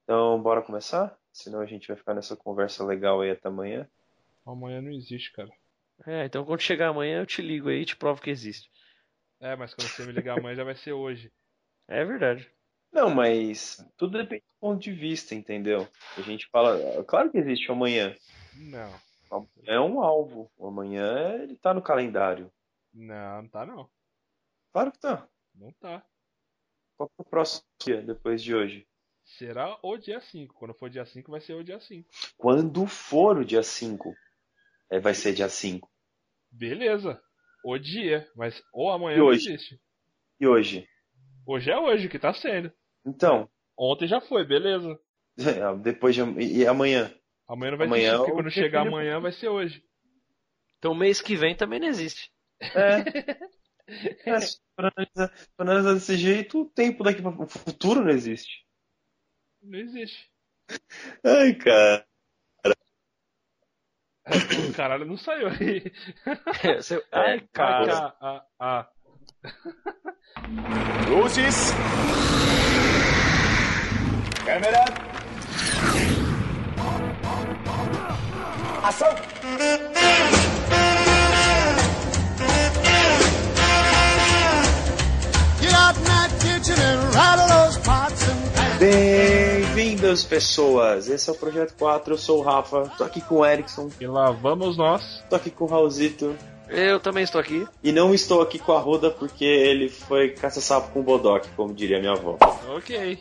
Então, bora começar? Senão a gente vai ficar nessa conversa legal aí até amanhã. Amanhã não existe, cara. Então quando chegar amanhã eu te ligo aí e te provo que existe. Mas quando você me ligar amanhã já vai ser hoje. É verdade. Não, mas tudo depende do ponto de vista, entendeu? A gente fala, claro que existe o amanhã. Não. Amanhã é um alvo. O amanhã ele tá no calendário. Não tá não. Claro que tá. Não tá. Qual que é o próximo dia depois de hoje? Será o dia 5. Quando for dia 5 vai ser o dia 5. Quando for o dia 5, vai ser dia 5. Beleza. O dia. Mas o amanhã E não hoje? existe. E hoje? Hoje é hoje que tá sendo. Então, Ontem já foi, beleza. depois de e amanhã? Amanhã não vai Amanhã existir, porque é o quando dia chegar que- amanhã vai ser hoje. Então mês que vem também não existe. Se for analisar desse jeito, o tempo daqui para o futuro não existe. Não existe. Ai, cara. O caralho não saiu aí. Ai, cara. Luzes. Câmera. Ação. Bem-vindos, pessoas! Esse é o Projeto 4, eu sou o Rafa, tô aqui com o Erickson, E lá vamos nós. tô aqui com o Raulzito, Eu também estou aqui. e não estou aqui com a Ruda porque ele foi caça-sapo com o Bodoc, como diria minha avó. Ok.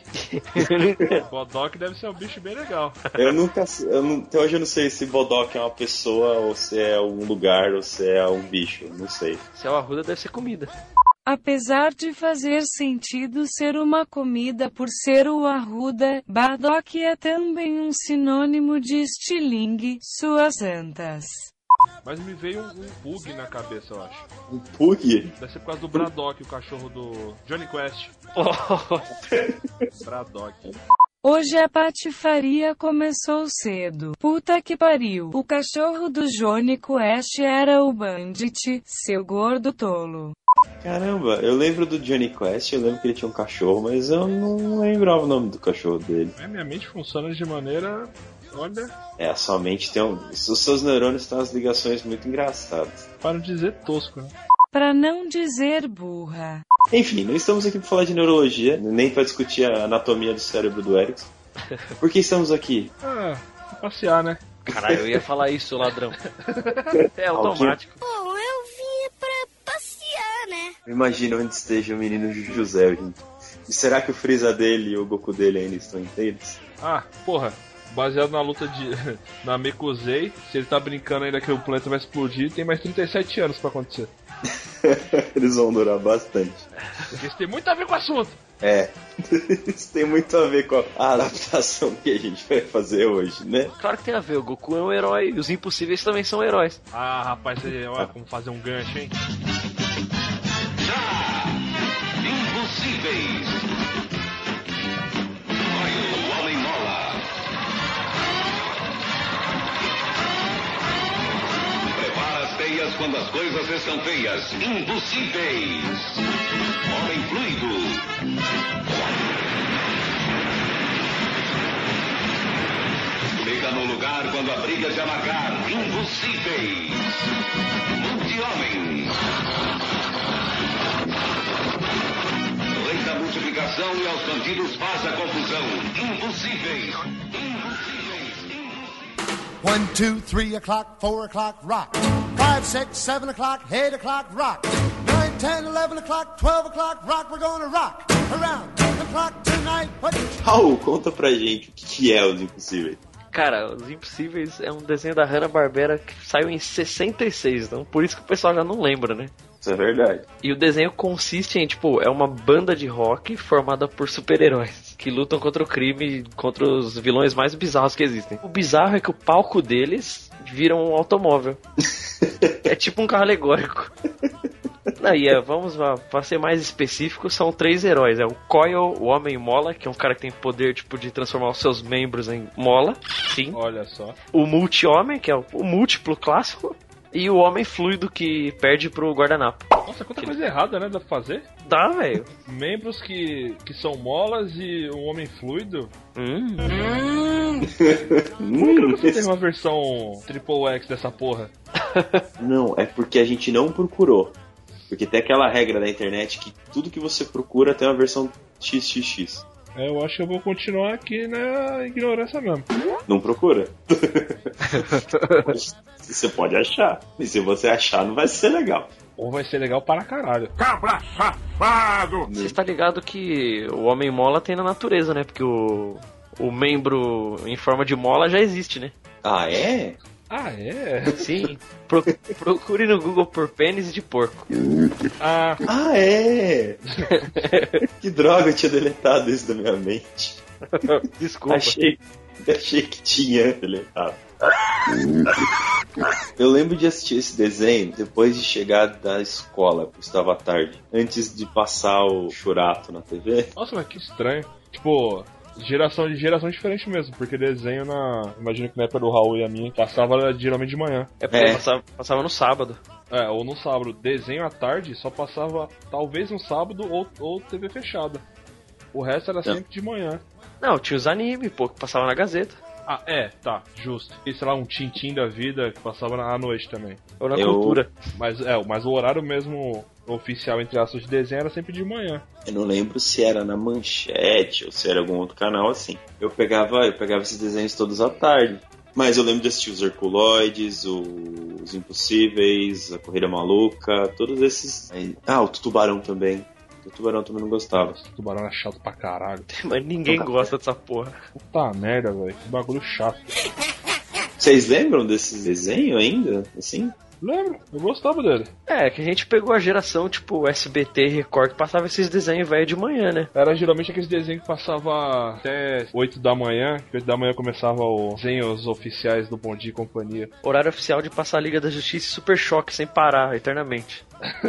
Bodoc deve ser um bicho bem legal. Até hoje eu não sei se Bodoc é uma pessoa, ou se é um lugar, ou se é um bicho, não sei. Se é o arruda deve ser comida. Apesar de fazer sentido ser uma comida por ser o arruda, Bardock é também um sinônimo de estilingue, suas santas. Mas me veio um bug na cabeça, eu acho. Um pug? Deve ser por causa do Braddock, o cachorro do Johnny Quest. Braddock. Hoje a patifaria começou cedo. Puta que pariu. O cachorro do Johnny Quest era o Bandit, seu gordo tolo. Caramba, eu lembro do Johnny Quest, eu lembro que ele tinha um cachorro, mas eu não lembrava o nome do cachorro dele. Minha mente funciona de maneira... Olha, A sua mente tem os seus neurônios têm umas ligações muito engraçadas. para não dizer tosco, né? Pra não dizer burra. Enfim, não estamos aqui para falar de neurologia, nem para discutir a anatomia do cérebro do Erickson. Por que estamos aqui? Pra passear, né? Caralho, eu ia falar isso, ladrão. É automático. Bom, eu vim pra passear, né? Imagina onde esteja o menino José, gente. E será que o Freeza dele e o Goku dele ainda estão inteiros? Porra. Baseado na luta de na Mekuzei, se ele tá brincando ainda que o planeta vai explodir, tem mais 37 anos pra acontecer. Eles vão durar bastante. Porque isso tem muito a ver com o assunto. Isso tem muito a ver com a adaptação que a gente vai fazer hoje, né? Claro que tem a ver, o Goku é um herói e os impossíveis também são heróis. Rapaz, olha como fazer um gancho, hein? Impossíveis. O Homem Mola. Prepara as teias quando as coisas estão feias. Impossíveis. Homem Fluido. Fica no lugar quando a briga se amargar. Impossíveis. Multi-Homem. Lei da multiplicação e aos bandidos faz a confusão. Impossíveis. Impossíveis. 1, 2, 3 o'clock, 4 o'clock, rock. 5, 6, 7 o'clock, 8 o'clock, rock. 9, 10, 11 o'clock, 12 o'clock, rock. We're gonna rock around the clock tonight. Raul, conta pra gente o que é Os Impossíveis. Cara, Os Impossíveis é um desenho da Hanna-Barbera que saiu em 66, então por isso que o pessoal já não lembra, né? Isso é verdade. E o desenho consiste em, é uma banda de rock formada por super-heróis que lutam contra o crime, contra os vilões mais bizarros que existem. O bizarro é que o palco deles vira um automóvel. É tipo um carro alegórico. Vamos lá, pra ser mais específico, são 3 heróis. É o Coil, o Homem Mola, que é um cara que tem poder de transformar os seus membros em mola. Sim. Olha só. O Multi-Homem, que é o múltiplo clássico. E o homem fluido que perde pro guardanapo. Nossa, quanta coisa errada, né? Dá pra fazer? Dá, velho. Membros que são molas e um homem fluido. Por que você tem uma versão Triple X dessa porra? Não, é porque a gente não procurou. Porque tem aquela regra da internet que tudo que você procura tem uma versão XXX. Eu acho que eu vou continuar aqui na ignorância mesmo. Não procura. Você pode achar. E se você achar, não vai ser legal. Ou vai ser legal para caralho. Cabra safado! Você está ligado que o homem mola tem na natureza, né? Porque o membro em forma de mola já existe, né? Ah, é? Ah, é? Sim. Procure no Google por pênis de porco. Ah, é? Que droga, eu tinha deletado isso da minha mente. Desculpa. Achei que tinha deletado. Eu lembro de assistir esse desenho depois de chegar da escola, que estava à tarde, antes de passar o Churato na TV. Nossa, mas que estranho. Tipo, geração diferente mesmo, porque desenho imagino que na época do Raul e a minha passava geralmente de manhã. É porque passava no sábado. É, ou no sábado. Desenho à tarde só passava talvez no sábado ou TV fechada. O resto era sempre de manhã. Não, tinha os animes, pô, que passava na Gazeta. Ah, tá, justo. E sei lá, um Tintim da vida que passava à noite também. Ou na Cultura. Mas o horário mesmo oficial, entre aspas, de desenho era sempre de manhã. Eu não lembro se era na Manchete ou se era algum outro canal assim. Eu pegava esses desenhos todos à tarde. Mas eu lembro de assistir os Herculoides, os Impossíveis, a Corrida Maluca, todos esses. O Tubarão também. O Tubarão também não gostava. O Tubarão era chato pra caralho. Mas ninguém gosta dessa porra. Puta merda, velho. Que bagulho chato. Vocês lembram desse desenho ainda? Assim? Lembro, eu gostava dele. É, que a gente pegou a geração, tipo, SBT, Record, que passava esses desenhos velho de manhã, né? Era geralmente aqueles desenhos que passava até 8 da manhã, que 8 da manhã começava os desenhos oficiais do Bom Dia e Companhia. Horário oficial de passar a Liga da Justiça e Super Choque sem parar, eternamente.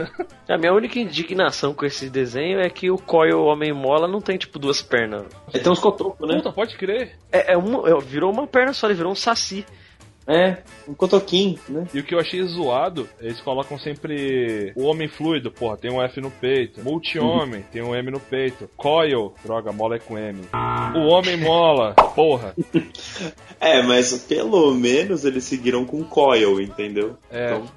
A minha única indignação com esse desenho é que o Coil, o Homem Mola, não tem, tipo, duas pernas. Ele tem uns cotocos, né? Puta, pode crer. Virou uma perna só, ele virou um saci. É, um cotoquinho, né? E o que eu achei zoado, eles colocam sempre o homem fluido, porra, tem um F no peito. Multi-homem, tem um M no peito. Coil, droga, mola é com M. O homem mola, porra. É, mas pelo menos eles seguiram com coil, entendeu? É. Então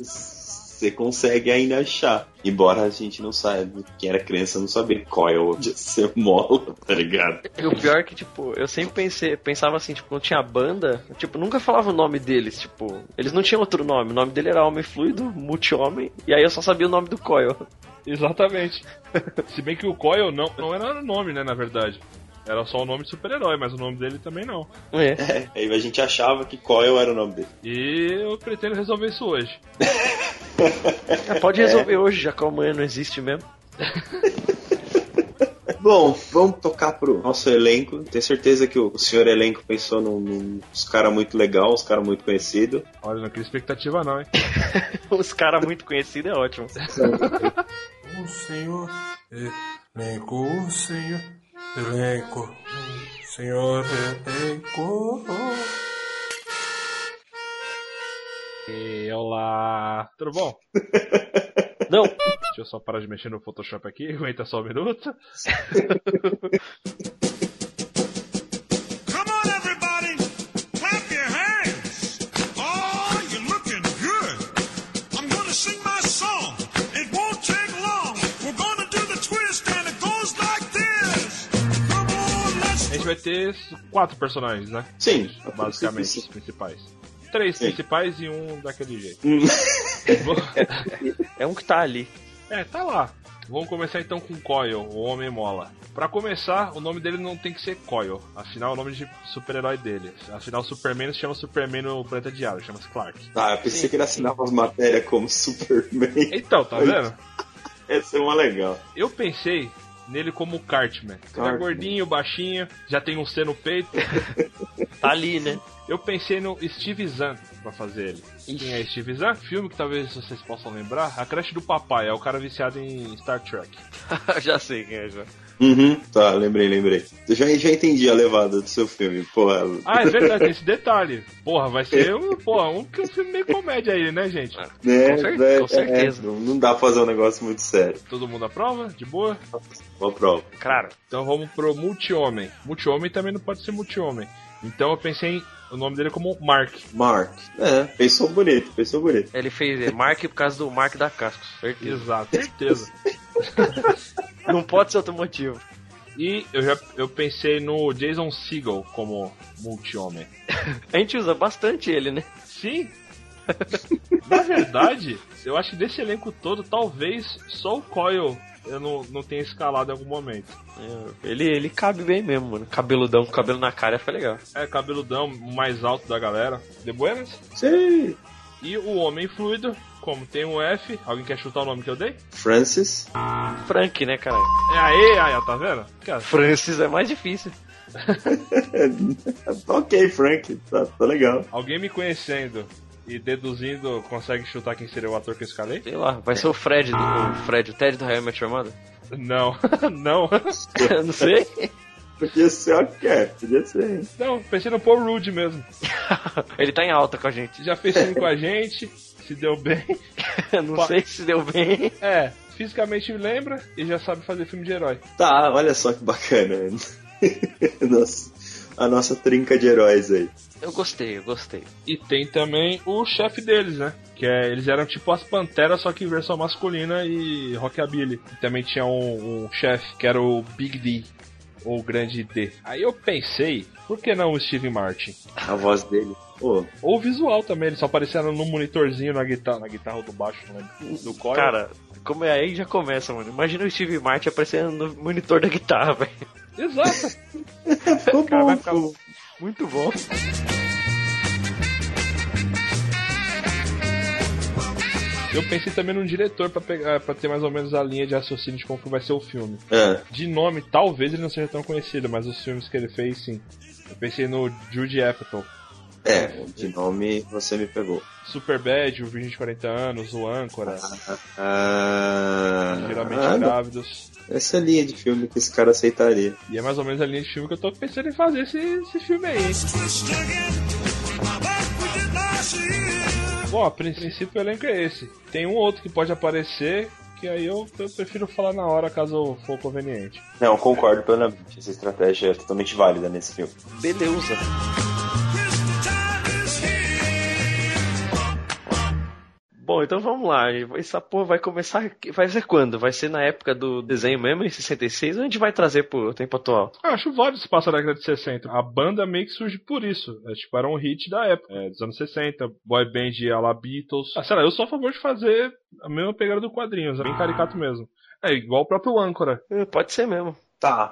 você consegue ainda achar. Embora a gente não saiba, quem era criança não sabia coil de ser mola, tá ligado? E o pior é que, tipo, eu sempre pensava assim, tipo, quando tinha banda, tipo, nunca falava o nome deles, tipo, eles não tinham outro nome, o nome dele era Homem Fluido, Multi-Homem, e aí eu só sabia o nome do Coil. Exatamente. Se bem que o Coil não era o nome, né, na verdade. Era só o nome de super-herói, mas o nome dele também não. Aí a gente achava que Coil era o nome dele. E eu pretendo resolver isso hoje. Pode resolver hoje, já que amanhã não existe mesmo. Bom, vamos tocar pro nosso elenco. Tenho certeza que o senhor elenco pensou nos caras muito legal, uns caras muito conhecidos. Olha, não cria expectativa não, hein? Os caras muito conhecidos é ótimo. O senhor elenco, o senhor elenco, senhor elenco. E olá, tudo bom? Não. Deixa eu só parar de mexer no Photoshop aqui, aguenta só um minuto. Come on, everybody! Clap your hands! Oh, you're looking good! I'm gonna sing my song. It won't take long. We're gonna do the twist and it goes like this. Come on, let's... A gente vai ter 4 personagens, né? Sim. Basicamente, os principais. 3 principais e um daquele jeito. É um que tá ali. Tá lá. Vamos começar então com Coil, o Homem Mola. Pra começar, o nome dele não tem que ser Coil. Afinal, é o nome de super-herói dele. Afinal, o Superman não se chama Superman no Planeta Diário, chama-se Clark. Ah, eu pensei que ele assinava as matérias como Superman. Então, tá vendo? Essa é uma legal. Eu pensei nele como Cartman. Ele é gordinho, baixinho, já tem um C no peito. Tá ali, né? Eu pensei no Steve Zahn pra fazer ele. Quem é Steve Zahn? Filme que talvez vocês possam lembrar. A Creche do Papai, é o cara viciado em Star Trek. Já sei quem é, já. Tá, lembrei. Eu já entendi a levada do seu filme, porra. Ah, é verdade, tem esse detalhe. Porra, vai ser um filme meio comédia aí, né, gente? Com certeza. Não dá pra fazer um negócio muito sério. Todo mundo aprova? De boa? Boa prova. Claro. Então vamos pro Multi-Homem. Multi-Homem também não pode ser Multi-Homem. Então eu pensei o nome dele como Mark. Pensou bonito. Ele fez Mark por causa do Mark da Cascos. Certeza. Exato, certeza. Não pode ser outro motivo. E eu pensei no Jason Segel como Multi-Homem. A gente usa bastante ele, né? Sim. Na verdade, eu acho que desse elenco todo, talvez só o Coyle eu não tenha escalado em algum momento. Ele cabe bem mesmo, mano. Cabeludão, com cabelo na cara, foi legal. Cabeludão, o mais alto da galera. De buenas? Sim. E o Homem Fluido, como tem um F, alguém quer chutar o nome que eu dei? Francis. Frank, né, cara? Aí, tá vendo? Cara. Francis é mais difícil. Ok, Frank, tá legal. Alguém me conhecendo e deduzindo consegue chutar quem seria o ator que eu escalei? Sei lá, vai ser o Fred, o Ted do How I Met Your Mother? Não. Não sei. Podia ser podia ser. Não, pensei no Paul Rudd mesmo. Ele tá em alta com a gente. Já fez filme com a gente, se deu bem. Não sei se deu bem. Fisicamente lembra e já sabe fazer filme de herói. Tá, olha só que bacana. A nossa trinca de heróis aí. Eu gostei. E tem também o chefe deles, né? Que eles eram tipo as Panteras, só que em versão masculina e rockabilly. E também tinha um chefe que era o Big D, ou o Grande D. Aí eu pensei, por que não o Steve Martin? A voz dele. Ou o visual também, ele só aparecia no monitorzinho na guitarra ou do baixo, não lembro. Do Coyle. Cara, como é aí já começa, mano. Imagina o Steve Martin aparecendo no monitor da guitarra, velho. Exato. Cara, vai ficar muito bom. Eu pensei também num diretor pra ter mais ou menos a linha de raciocínio de como que vai ser o filme. De nome, talvez ele não seja tão conhecido, mas os filmes que ele fez, sim. Eu pensei no Judd Apatow. De nome você me pegou. Superbad, o Virgem de 40 Anos, o Âncora. Geralmente grávidos. Essa é a linha de filme que esse cara aceitaria. E é mais ou menos a linha de filme que eu tô pensando em fazer esse filme aí. Bom, a princípio o elenco é esse. Tem um outro que pode aparecer, que aí eu prefiro falar na hora caso for conveniente. Não, concordo plenamente. Essa estratégia é totalmente válida nesse filme. Beleza. Bom, então vamos lá. Essa porra vai começar. Vai ser quando? Vai ser na época do desenho mesmo, em 66, ou a gente vai trazer pro tempo atual? Acho válido se passa na década de 60. A banda meio que surge por isso. Era um hit da época, dos anos 60. Boy band a la Beatles. Sei lá, eu sou a favor de fazer a mesma pegada do quadrinhos. É bem caricato mesmo. É igual o próprio Âncora. Pode ser mesmo. Tá.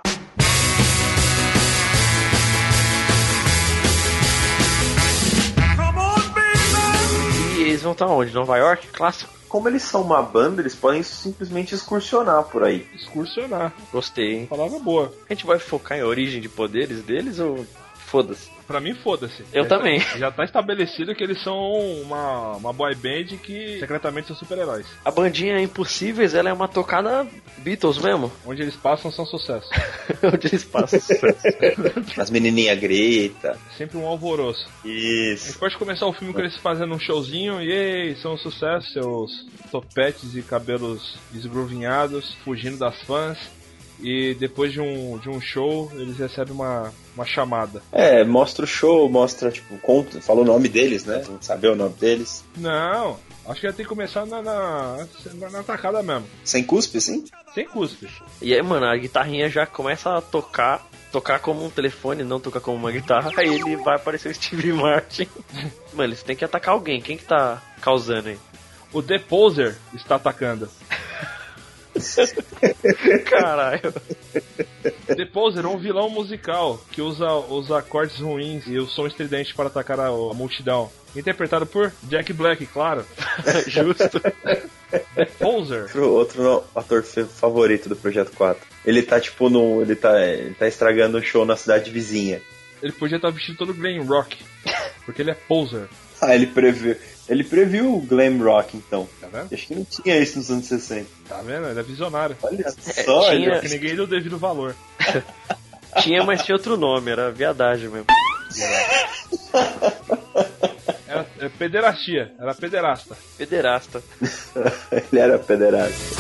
Eles vão estar onde? Nova York? Clássico? Como eles são uma banda, eles podem simplesmente excursionar por aí. Excursionar. Gostei, hein? Palavra boa. A gente vai focar em origem de poderes deles ou foda-se? Pra mim, foda-se. Eu também. Já tá estabelecido que eles são uma boy band que secretamente são super-heróis. A bandinha Impossíveis, ela é uma tocada Beatles mesmo. Onde eles passam são sucesso. Onde eles passam sucesso. As menininhas gritam. Sempre um alvoroço. Isso. A gente pode começar o filme com eles fazendo um showzinho e são um sucesso, seus topetes e cabelos esgruvinhados, fugindo das fãs. E depois de um show, eles recebem uma chamada. Mostra o show, mostra, conta, fala o nome deles, né? Não saber o nome deles. Não, acho que já tem que começar na tacada mesmo. Sem cuspe, sim? Sem cuspe. E aí, mano, a guitarrinha já começa a tocar como um telefone, não tocar como uma guitarra. Aí ele vai aparecer o Steve Martin. Mano, eles têm que atacar alguém. Quem que tá causando aí? O The Poser está atacando. Caralho. The Poser é um vilão musical que usa os acordes ruins e o som estridente para atacar a multidão. Interpretado por Jack Black, claro. Justo. The Poser. Outro ator favorito do Projeto 4. Ele tá ele tá estragando um show na cidade vizinha. Ele podia estar vestido todo glam rock, porque ele é poser. Ah, ele previu o glam rock, então. Tá vendo? Acho que não tinha isso nos anos 60. Tá vendo? Ele é visionário. Olha só, tinha- Que ninguém deu o devido valor. Tinha, mas tinha outro nome, era viadagem mesmo. Era pederastia, era pederasta. Pederasta. ele era pederasta.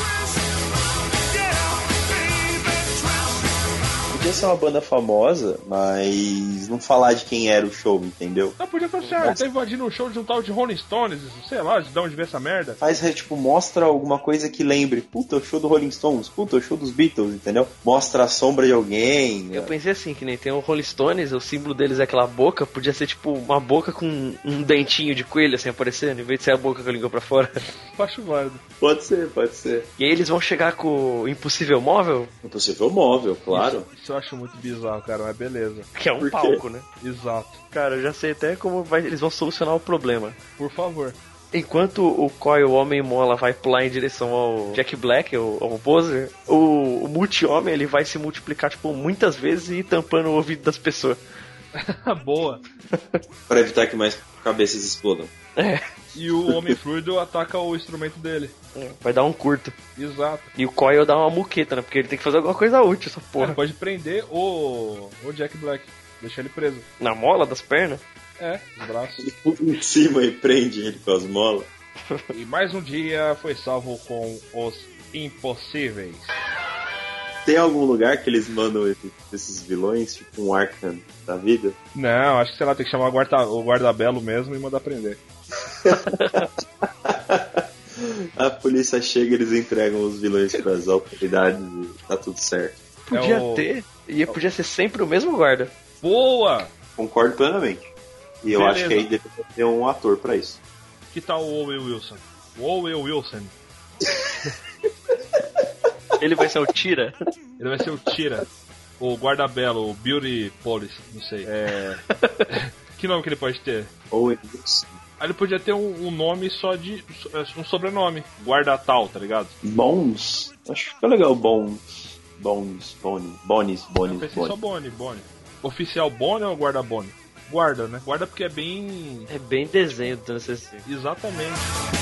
Podia ser uma banda famosa, mas não falar de quem era o show, entendeu? Não, podia falar assim, tá invadindo um show de um tal de Rolling Stones, sei lá, de onde vê essa merda. Faz, tipo, mostra alguma coisa que lembre. Puta, o show do Rolling Stones. Puta, o show dos Beatles, entendeu? Mostra a sombra de alguém. Eu pensei assim, que nem tem o Rolling Stones, o símbolo deles é aquela boca, podia ser tipo uma boca com um dentinho de coelho assim aparecendo, em vez de ser a boca com a língua pra fora. Acho válido. Pode ser, pode ser. E aí eles vão chegar com o Impossível Móvel, Impossível móvel, claro. Isso eu acho muito bizarro, cara, mas beleza. que é um Por quê? palco, né? Exato. Cara, eu já sei até como eles vão solucionar o problema. Por favor. Enquanto o Coil, o Homem-Mola, vai pular em direção ao Jack Black, ao Bowser, o Multi-Homem ele vai se multiplicar tipo, muitas vezes e ir tampando o ouvido das pessoas. Boa. Pra evitar que mais cabeças explodam. É, E o Homem Fluido ataca o instrumento dele. vai dar um curto. Exato. E o Coil dá uma muqueta, né? Porque ele tem que fazer alguma coisa útil, essa Ele porra. pode prender o Jack Black. Deixar ele preso. Na mola das pernas? É, os braços. Ele pula em cima e prende ele com as molas. E mais um dia foi salvo com os impossíveis. Tem algum lugar que eles mandam esses vilões, tipo um Arkham da vida? Não, acho que sei lá, tem que chamar o guarda-belo mesmo e mandar prender. A polícia chega, eles entregam os vilões para as autoridades e tá tudo certo. Podia o- ter, e podia ser sempre o mesmo guarda. Boa! Concordo plenamente. E eu Beleza. acho que aí deveria ter um ator pra isso. Que tal o Owen Wilson? O Owen Wilson. Ele vai ser o Tira. Ele vai ser o Tira. O guarda-belo, o Beauty Police, não sei. Que nome que ele pode ter? Ou eles... Aí ele podia ter um nome só de... um sobrenome. Guarda-tal, tá ligado? Bones? Acho que fica legal, Bones. Bones. Eu pensei só Bonnie. Oficial Bonnie ou guarda Bonnie? Guarda, né? Guarda porque é bem... É bem desenho do TCC. Exatamente.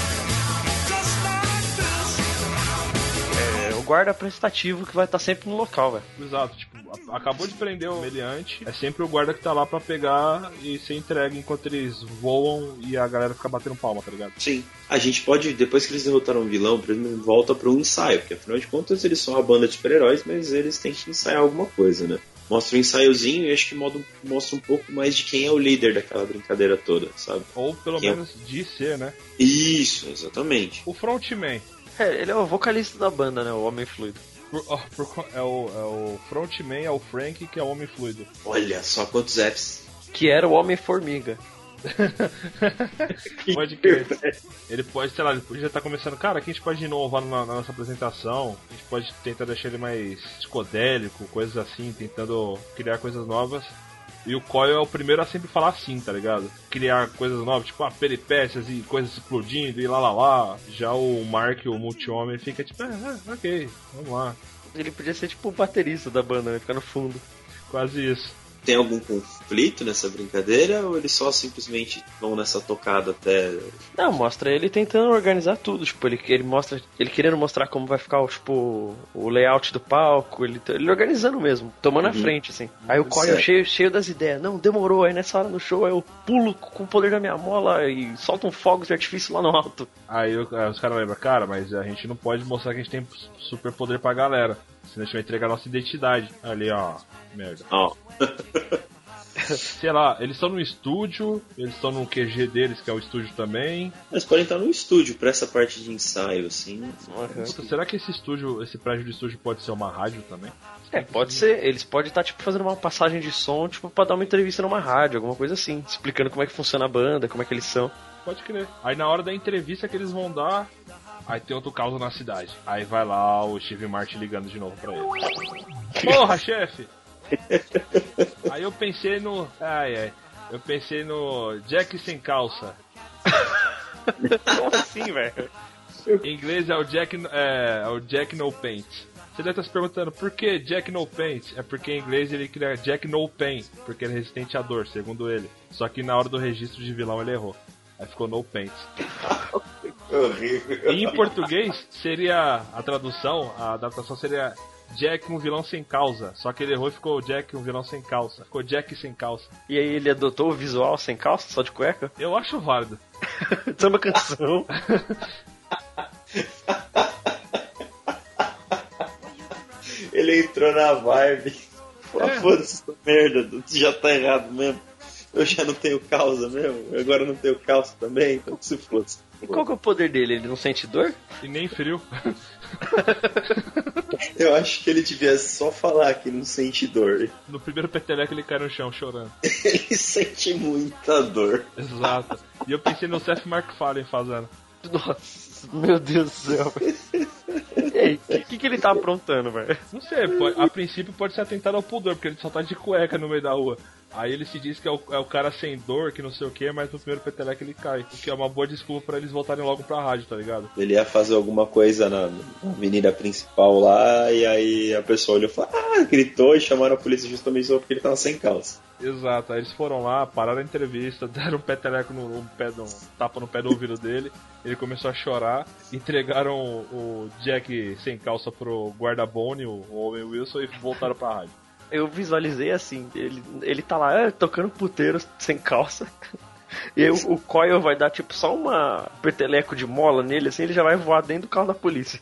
É o guarda prestativo que vai estar sempre no local, velho. Exato, tipo, acabou de prender o meliante, é sempre o guarda que tá lá pra pegar e ser entregue enquanto eles voam e a galera fica batendo palma, tá ligado? Sim. A gente pode, depois que eles derrotaram o vilão, por exemplo, volta pra um ensaio, porque afinal de contas eles são uma banda de super-heróis, mas eles têm que ensaiar alguma coisa, né? Mostra um ensaiozinho e acho que mostra um pouco mais de quem é o líder daquela brincadeira toda, sabe? Ou pelo Quem é? menos de ser, né? Isso, exatamente. O frontman. É, ele é o vocalista da banda, né? O Homem Fluido. É o frontman, é o Frank, que é o homem fluido. Olha só quantos apps. Que era o Homem-Formiga. Pode crer. Ele pode, sei lá, ele podia estar começando, cara, aqui a gente pode inovar na nossa apresentação, a gente pode tentar deixar ele mais psicodélico, coisas assim, tentando criar coisas novas. E o Coil é o primeiro a sempre falar assim, tá ligado? Criar coisas novas, tipo, peripécias e coisas explodindo e lá. Já o Mark, o Multi-Homem, fica tipo, ok, vamos lá. Ele podia ser tipo o baterista da banda, né? Ficar no fundo. Quase isso. Tem algum conflito nessa brincadeira ou eles só simplesmente vão nessa tocada até... Não, mostra ele tentando organizar tudo, tipo, ele querendo mostrar como vai ficar o layout do palco, ele organizando mesmo, tomando a frente, assim. Aí o Coil cheio das ideias, não, demorou, aí nessa hora no show eu pulo com o poder da minha mola e solto um fogos de artifício lá no alto. Aí os caras lembram, cara, mas a gente não pode mostrar que a gente tem super poder pra galera, senão a gente vai entregar a nossa identidade. Ali, ó, merda. Ó. Sei lá, eles estão no estúdio, eles estão no QG deles, que é o estúdio também. Mas podem estar no estúdio pra essa parte de ensaio, assim. Puta, será que esse prédio do estúdio pode ser uma rádio também? É, pode ser, eles podem estar tipo fazendo uma passagem de som, tipo, pra dar uma entrevista numa rádio, alguma coisa assim, explicando como é que funciona a banda, como é que eles são. Pode crer. Aí na hora da entrevista que eles vão dar, aí tem outro caos na cidade. Aí vai lá o Steve Martin ligando de novo pra ele. Porra, chefe! Aí eu pensei no... Eu pensei no Jack sem calça. Como assim, velho? Em inglês é o Jack No Paint. Você deve estar se perguntando, por que Jack No Paint? É porque em inglês ele cria Jack No Pain, porque ele é resistente à dor, segundo ele. Só que na hora do registro de vilão ele errou. Aí ficou No Pants. Horrível. E em português, seria a tradução, a adaptação seria Jack, um vilão sem causa. Só que ele errou e ficou Jack, um vilão sem calça. Ficou Jack sem calça. E aí ele adotou o visual sem calça, só de cueca? Eu acho válido. Samba canção. Ele entrou na vibe. Foda-se essa merda, já tá errado mesmo. Eu já não tenho causa mesmo, agora eu não tenho calça também, então que se fosse. E qual que é o poder dele? Ele não sente dor? E nem frio. Eu acho que ele devia só falar que não sente dor. No primeiro peteleco ele cai no chão chorando. Ele sente muita dor. Exato. E eu pensei no Seth MacFarlane fazendo. Nossa, meu Deus do céu. E aí, o que ele tá aprontando, velho? Não sei, a princípio pode ser atentado ao pudor, porque ele só tá de cueca no meio da rua. Aí ele se diz que é o cara sem dor, que não sei o que, mas no primeiro peteleco ele cai. O que é uma boa desculpa pra eles voltarem logo pra rádio, tá ligado? Ele ia fazer alguma coisa na avenida principal lá, e aí a pessoa olhou e falou, gritou e chamaram a polícia justamente só porque ele tava sem calça. Exato, aí eles foram lá, pararam a entrevista, deram um peteleco tapa no pé do ouvido dele, ele começou a chorar, entregaram o Jack sem calça pro guarda-bone, o Owen Wilson, e voltaram pra rádio. Eu visualizei assim, ele tá lá tocando puteiro sem calça. E aí o Coyle vai dar tipo só uma peteleco de mola nele, assim, ele já vai voar dentro do carro da polícia.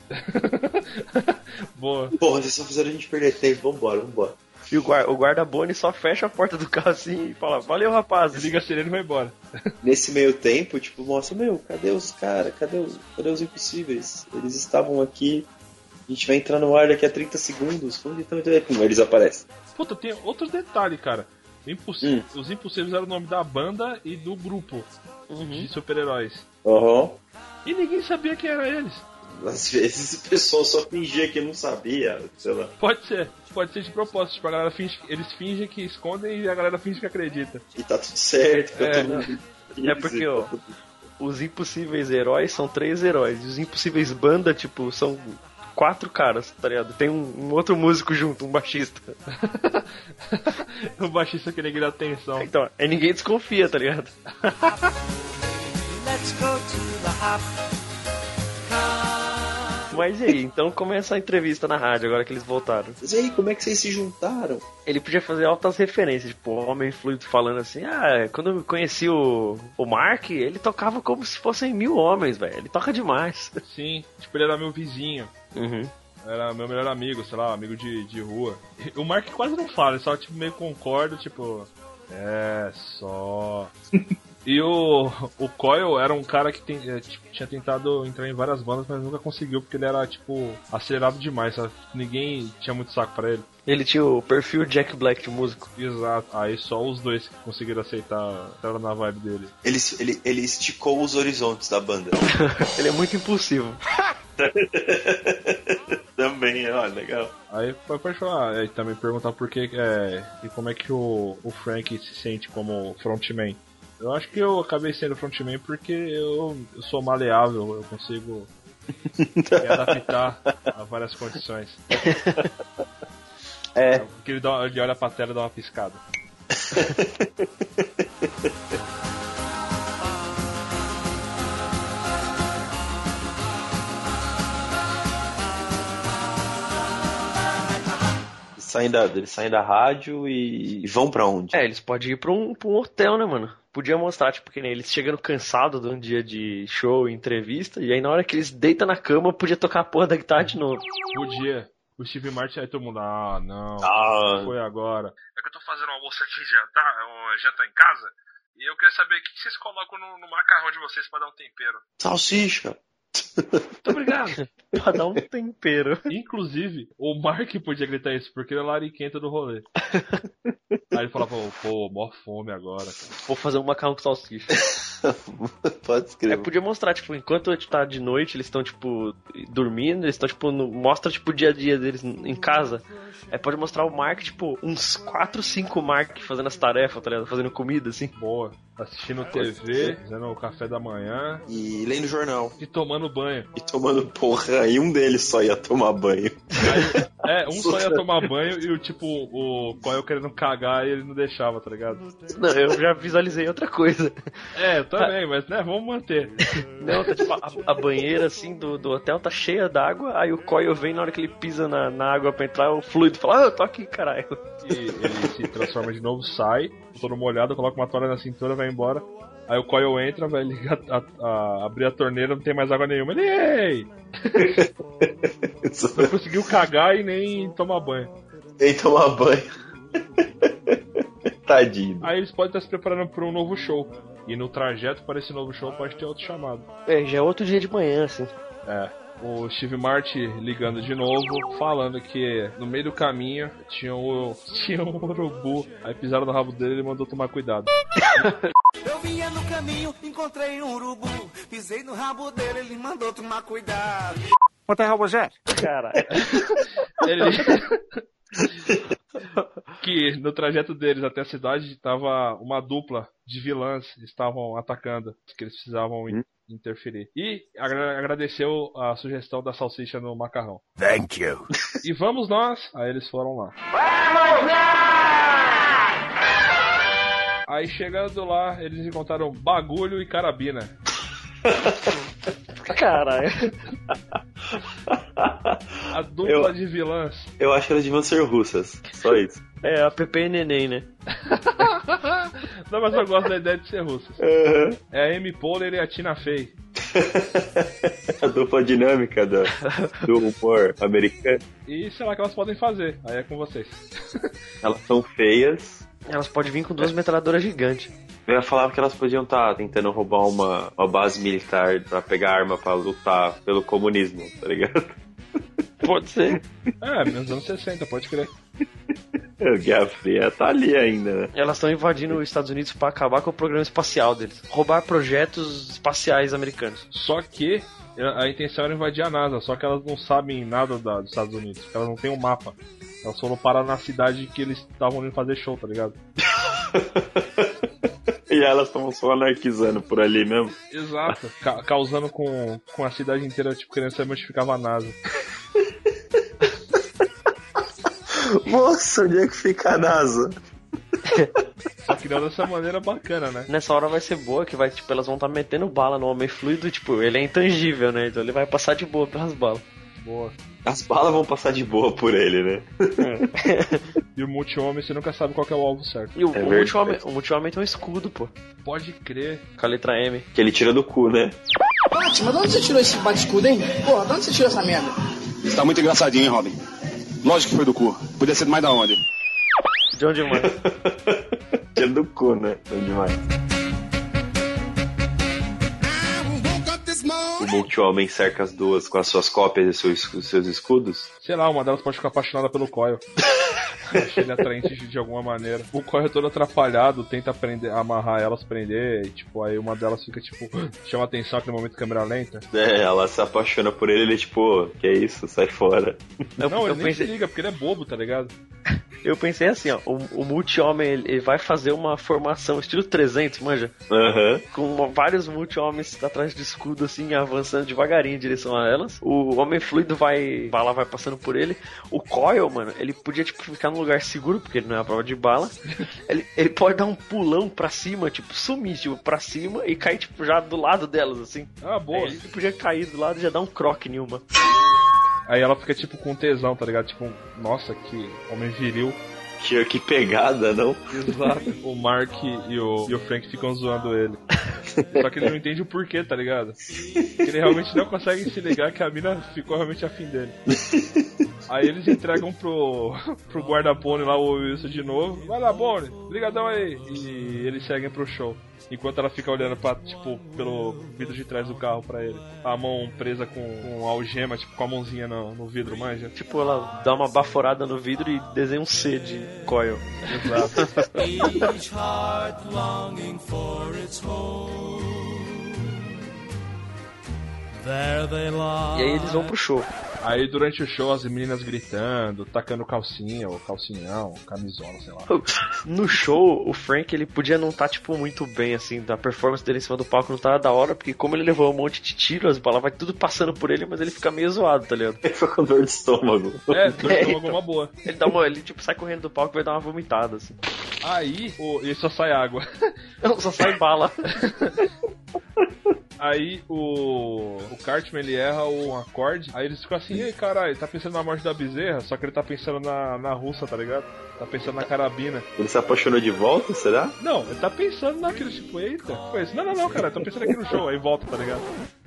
Boa. Porra, vocês só fizeram a gente perder tempo, vambora. E o guarda-bone só fecha a porta do carro assim e fala, valeu rapaz. Liga a sirene e vai embora. Nesse meio tempo, tipo, mostra, cadê os caras? Cadê os impossíveis? Eles estavam aqui, a gente vai entrar no ar daqui a 30 segundos. Onde estão? Eles aparecem. Puta, tem outro detalhe, cara. Os Impossíveis era o nome da banda e do grupo de super-heróis. E ninguém sabia quem era eles. Às vezes o pessoal só fingia que não sabia, sei lá. Pode ser de propósito. Tipo, a galera eles fingem que escondem e a galera finge que acredita. E tá tudo certo, todo mundo. É porque, ó, os impossíveis heróis são 3 heróis. E os impossíveis banda, tipo, são 4 caras, tá ligado? Tem um outro músico junto, um baixista. O baixista queria ganhar atenção. Então, aí ninguém desconfia, tá ligado? Let's go to the hop. Mas e aí, então começa a entrevista na rádio, agora que eles voltaram. Mas e aí, como é que vocês se juntaram? Ele podia fazer altas referências, tipo, o Homem Fluido falando assim, quando eu conheci o Mark, ele tocava como se fossem 1000 homens, velho, ele toca demais. Sim, tipo, ele era meu vizinho. Uhum. Era meu melhor amigo, sei lá, amigo de rua. O Mark quase não fala, ele só tipo, meio concorda, tipo... só... E o Coyle era um cara que tinha tentado entrar em várias bandas, mas nunca conseguiu, porque ele era, tipo, acelerado demais, sabe? Ninguém tinha muito saco pra ele. Ele tinha o perfil Jack Black de músico. Exato. Aí só os dois que conseguiram aceitar, estavam na vibe dele. Ele esticou os horizontes da banda. Ele é muito impulsivo. Também, legal. Aí pode falar, aí também perguntar por que e como é que o Frank se sente como frontman. Eu acho que eu acabei sendo frontman porque eu sou maleável, eu consigo me adaptar a várias condições. Porque ele olha pra tela e dá uma piscada. Eles saem da rádio e vão pra onde? Eles podem ir pra um hotel, né, mano? Podia mostrar, tipo, que nem eles chegando cansados de um dia de show, entrevista, e aí na hora que eles deitam na cama, podia tocar a porra da guitarra de novo. Podia. O Steve Martin, aí todo mundo, não, foi agora. É que eu tô fazendo um almoço aqui jantar em casa, e eu queria saber o que vocês colocam no macarrão de vocês pra dar um tempero. Salsicha. Muito obrigado. Pra dar um tempero. Inclusive, o Mark podia gritar isso, porque ele é lariquento do rolê. Aí ele falava, mó fome agora, cara. Vou fazer um macarrão com salsicha. Pode escrever. Podia mostrar, tipo, enquanto tá de noite, eles estão, tipo, dormindo, eles estão, tipo, mostra, tipo, o dia a dia deles em casa. Aí pode mostrar o Mark, tipo, uns 4, 5 Mark fazendo as tarefas, tá ligado? Fazendo comida, assim. Boa. Assistindo TV, fazendo o café da manhã. E lendo jornal. E tomando banho. E tomando porra, e um deles só ia tomar banho. Um só ia tomar banho e o Coil querendo cagar e ele não deixava, tá ligado? Não, eu já visualizei outra coisa. Eu também, mas né, vamos manter. Não, tá, tipo, a banheira assim do hotel tá cheia d'água, aí o Coil vem na hora que ele pisa na água pra entrar, o fluido fala, eu tô aqui, caralho. E ele se transforma de novo, sai, todo molhado, coloca uma toalha na cintura, vai embora. Aí o Coil entra, vai ligar abrir a torneira, não tem mais água nenhuma. Ele, ei! Não conseguiu cagar e nem tomar banho. Nem tomar banho. Tadinho. Aí eles podem estar se preparando para um novo show. E no trajeto para esse novo show pode ter outro chamado. Já é outro dia de manhã, assim. O Steve Martin ligando de novo, falando que no meio do caminho tinha um urubu. Aí pisaram no rabo dele e ele mandou tomar cuidado. Eu vinha no caminho, encontrei um urubu. Pisei no rabo dele, ele mandou tomar cuidado. What the hell was that? Caralho. Que no trajeto deles até a cidade tava uma dupla de vilãs, estavam atacando, que eles precisavam interferir. E agradeceu a sugestão da salsicha no macarrão. Thank you. E vamos nós! Aí eles foram lá. Vamos nós! Aí chegando lá, eles encontraram bagulho e carabina. Caralho. A dupla de vilãs. Eu acho que elas deviam ser russas. Só isso. A Pepe e Neném, né? Não, mas eu gosto da ideia de ser russas. Uhum. É a Amy Poehler e a Tina Fey. A dupla dinâmica do humor americano. E sei lá o que elas podem fazer. Aí é com vocês. Elas são feias. Elas podem vir com 2 metralhadoras gigantes. Eu ia falar que elas podiam estar tentando roubar uma base militar pra pegar arma pra lutar pelo comunismo, tá ligado? Pode ser. Nos anos 60, pode crer. A Guerra Fria tá ali ainda, né? Elas estão invadindo os Estados Unidos pra acabar com o programa espacial deles. Roubar projetos espaciais americanos. Só que a intenção era invadir a NASA, só que elas não sabem nada dos Estados Unidos. Elas não têm um mapa. Elas foram parar na cidade que eles estavam indo fazer show, tá ligado? E elas estavam só anarquizando por ali mesmo. Exato. Causando com a cidade inteira, tipo, querendo saber onde ficava a NASA. Moça, onde é que fica a NASA? Só que não dessa maneira bacana, né? Nessa hora vai ser boa, que vai, tipo, elas vão estar metendo bala no Homem Fluido, tipo, ele é intangível, né? Então ele vai passar de boa pelas balas. Boa. As balas vão passar de boa por ele, né? E o Multi-Homem, você nunca sabe qual que é o alvo certo. E o Multi-Homem tem um escudo, pô. Pode crer. Com a letra M. Que ele tira do cu, né? Bate, mas de onde você tirou esse bate-escudo, hein? Porra, de onde você tirou essa merda? Você tá muito engraçadinho, hein, Robin? Lógico que foi do cu. Podia ser mais da onde? De onde mais? Tira do cu, né? De onde mais? O Multi-Homem cerca as duas com as suas cópias e seus escudos? Sei lá, uma delas pode ficar apaixonada pelo Coil. Achei ele atraente de alguma maneira. O Coil é todo atrapalhado, tenta amarrar elas, prender, e tipo, aí uma delas fica tipo, chama atenção naquele momento de câmera lenta. Ela se apaixona por ele tipo, que é isso, sai fora. Não, ele nem se liga, porque ele é bobo, tá ligado? Eu pensei assim, ó, o Multi-Homem, ele vai fazer uma formação estilo 300, manja? Uhum. Com vários Multi-Homens atrás de escudo, assim, avançando devagarinho em direção a elas. O Homem Fluido bala vai passando por ele. O Coil, mano, ele podia, tipo, ficar num lugar seguro, porque ele não é a prova de bala. ele pode dar um pulão pra cima, tipo, sumir, tipo, pra cima e cair, tipo, já do lado delas, assim. Ah, boa. Ele podia cair do lado e já dar um croque em uma. Aí ela fica tipo com tesão, tá ligado? Tipo, nossa, que homem viril. Que pegada, não? Exato. O Mark e o Frank ficam zoando ele. Só que ele não entende o porquê, tá ligado? Porque ele realmente não consegue se ligar que a mina ficou realmente afim dele. Aí eles entregam pro guarda-pônei lá o Wilson de novo. Vai lá, Bonnie, brigadão aí. E eles seguem pro show. Enquanto ela fica olhando pra, tipo, pelo vidro de trás do carro pra ele. A mão presa com algema, tipo, com a mãozinha no vidro, manja. Tipo, ela dá uma baforada no vidro e desenha um C de Coil. Exato. Each heart longing for its home. There they lie. E aí eles vão pro show. Aí durante o show as meninas gritando, tacando calcinha, ou calcinhão, camisola, sei lá. No show, o Frank, ele podia não estar, tipo, muito bem, assim, da performance dele em cima do palco não tava da hora, porque como ele levou um monte de tiro, as balas vai tudo passando por ele, mas ele fica meio zoado, tá ligado? Ele ficou com dor de estômago. É, dor de estômago é uma boa. Ele tipo, sai correndo do palco e vai dar uma vomitada, assim. Aí, e só sai água. Não, só sai bala. Aí o Cartman, ele erra um acorde, aí eles ficam assim, ei caralho, tá pensando na morte da bezerra, só que ele tá pensando na russa, tá ligado? Tá pensando na carabina. Ele se apaixonou de volta, será? Não, ele tá pensando naquilo, tipo, eita, foi isso. Não, cara, tô pensando aqui no show, aí volta, tá ligado?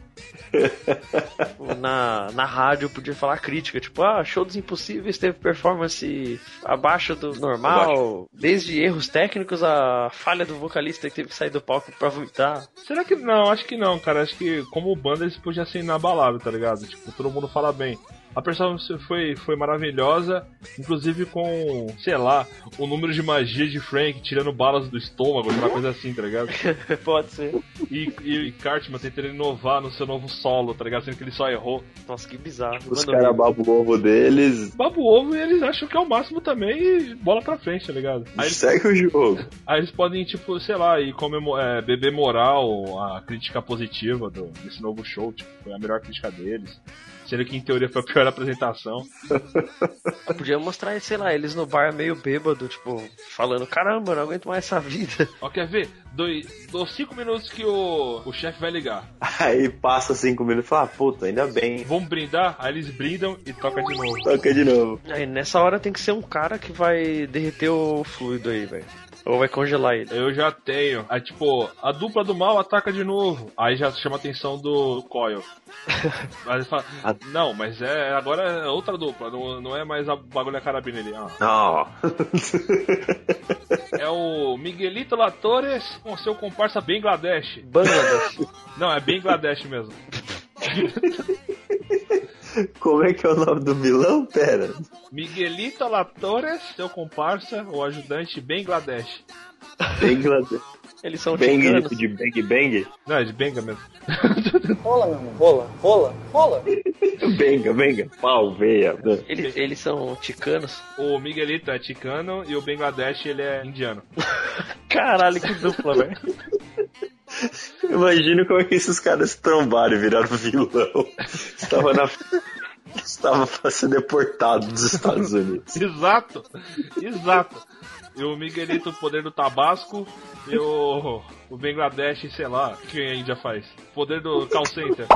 Na rádio podia falar crítica, tipo, Show dos Impossíveis teve performance abaixo do normal, desde erros técnicos a falha do vocalista que teve que sair do palco pra vomitar. Será que não? Acho que não, cara. Acho que como banda eles podiam ser inabaláveis, tá ligado? Tipo, todo mundo fala bem. A performance foi maravilhosa, inclusive com, sei lá, o número de magia de Frank tirando balas do estômago, uma coisa assim, tá ligado? Pode ser. E Cartman tentando inovar no seu novo solo, tá ligado? Sendo que ele só errou. Nossa, que bizarro. Os caras babam o ovo deles. Babam o ovo e eles acham que é o máximo também e bola pra frente, tá ligado? Aí segue o jogo. Aí eles podem, tipo, sei lá, e beber moral a crítica positiva desse novo show, tipo, foi a melhor crítica deles. Sendo que em teoria foi a pior apresentação. Podia mostrar, sei lá, eles no bar meio bêbado, tipo, falando, caramba, não aguento mais essa vida. Ó, quer ver? Dou 5 minutos que o chefe vai ligar. Aí passa 5 minutos e fala, puta, ainda bem. Vamos brindar? Aí eles brindam e toca de novo. Toca de novo. Aí nessa hora tem que ser um cara que vai derreter o fluido aí, velho. Ou vai congelar ele. Eu já tenho. Aí, tipo, a dupla do mal ataca de novo. Aí já chama a atenção do Coil. Aí ele fala, não, mas agora é outra dupla. Não é mais a bagulho da carabina ali. É o Miguelito Latores com seu comparsa Bangladesh. Bangladesh. Não, é Bangladesh mesmo. Como é que é o nome do vilão? Pera. Miguelito Latores, seu comparsa, o ajudante Bangladesh. Bangladesh. Eles são Bang de Bang Bang? Não, é de Benga mesmo. Rola, meu irmão. Rola. Benga. Pau, veia. Eles são ticanos? O Miguelito é ticano e o Bangladesh, ele é indiano. Caralho, que dupla, velho. Imagina como é que esses caras trombaram e viraram vilão. Estava pra ser deportado dos Estados Unidos. Exato. E o Miguelito, o poder do Tabasco. E o Bangladesh, sei lá, o que a Índia faz? Poder do call center.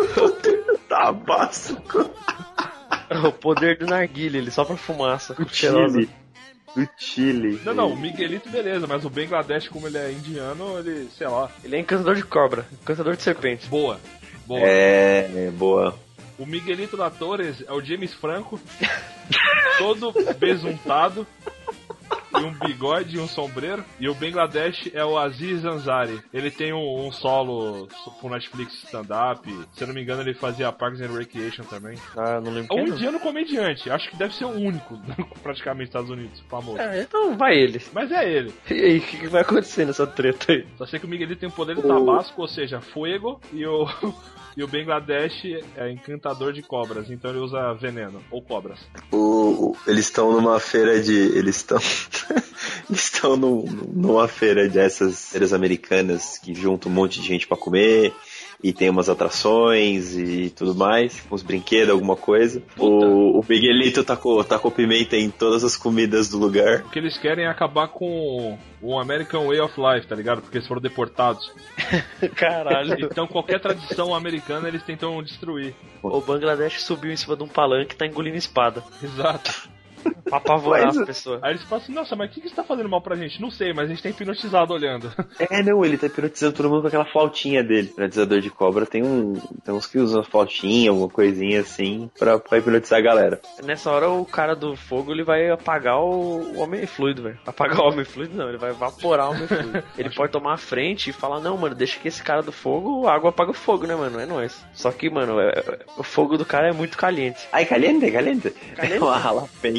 Tabasco. O poder do narguilha, ele só pra fumaça. O Chile. Do Chile. Não, o Miguelito beleza, mas o Bangladesh, como ele é indiano, ele, sei lá. Ele é encantador de cobra, encantador de serpente. Boa. Boa. O Miguelito da Torres é o James Franco, todo besuntado, e um bigode e um sombreiro. E o Bangladesh é o Aziz Ansari. Ele tem um solo pro Netflix stand-up. Se eu não me engano, ele fazia Parks and Recreation também. Não lembro. É um indiano comediante. Acho que deve ser o único, praticamente, nos Estados Unidos, famoso. Então vai ele. Mas é ele. E aí, o que vai acontecer nessa treta aí? Só sei que o Miguelito tem o poder do Tabasco, ou seja, fuego, e o Bangladesh é encantador de cobras, então ele usa veneno, ou cobras. Eles estão numa feira de... Eles estão numa feira dessas feiras americanas que juntam um monte de gente pra comer e tem umas atrações e tudo mais, uns brinquedos, alguma coisa. O Miguelito tacou pimenta em todas as comidas do lugar. O que eles querem é acabar com o American Way of Life, tá ligado? Porque eles foram deportados. Caralho. Então qualquer tradição americana eles tentam destruir. O Bangladesh subiu em cima de um palanque e tá engolindo espada. Exato. Pra apavorar as pessoas. Aí eles falam assim, nossa, mas o que você tá fazendo mal pra gente? Não sei, mas a gente tá hipnotizado olhando. Ele tá hipnotizando todo mundo com aquela flautinha dele. O hipnotizador de cobra tem uns que usam flautinha, alguma coisinha assim, pra hipnotizar a galera. Nessa hora o cara do fogo, ele vai apagar o homem fluido, velho. Apagar o homem fluido não, ele vai evaporar o homem fluido. Ele pode tomar a frente e falar, não, mano, deixa que esse cara do fogo, a água apaga o fogo, né, mano? É nóis. Só que, mano, o fogo do cara é muito caliente. Ai, caliente? É uma jalapeno. Ele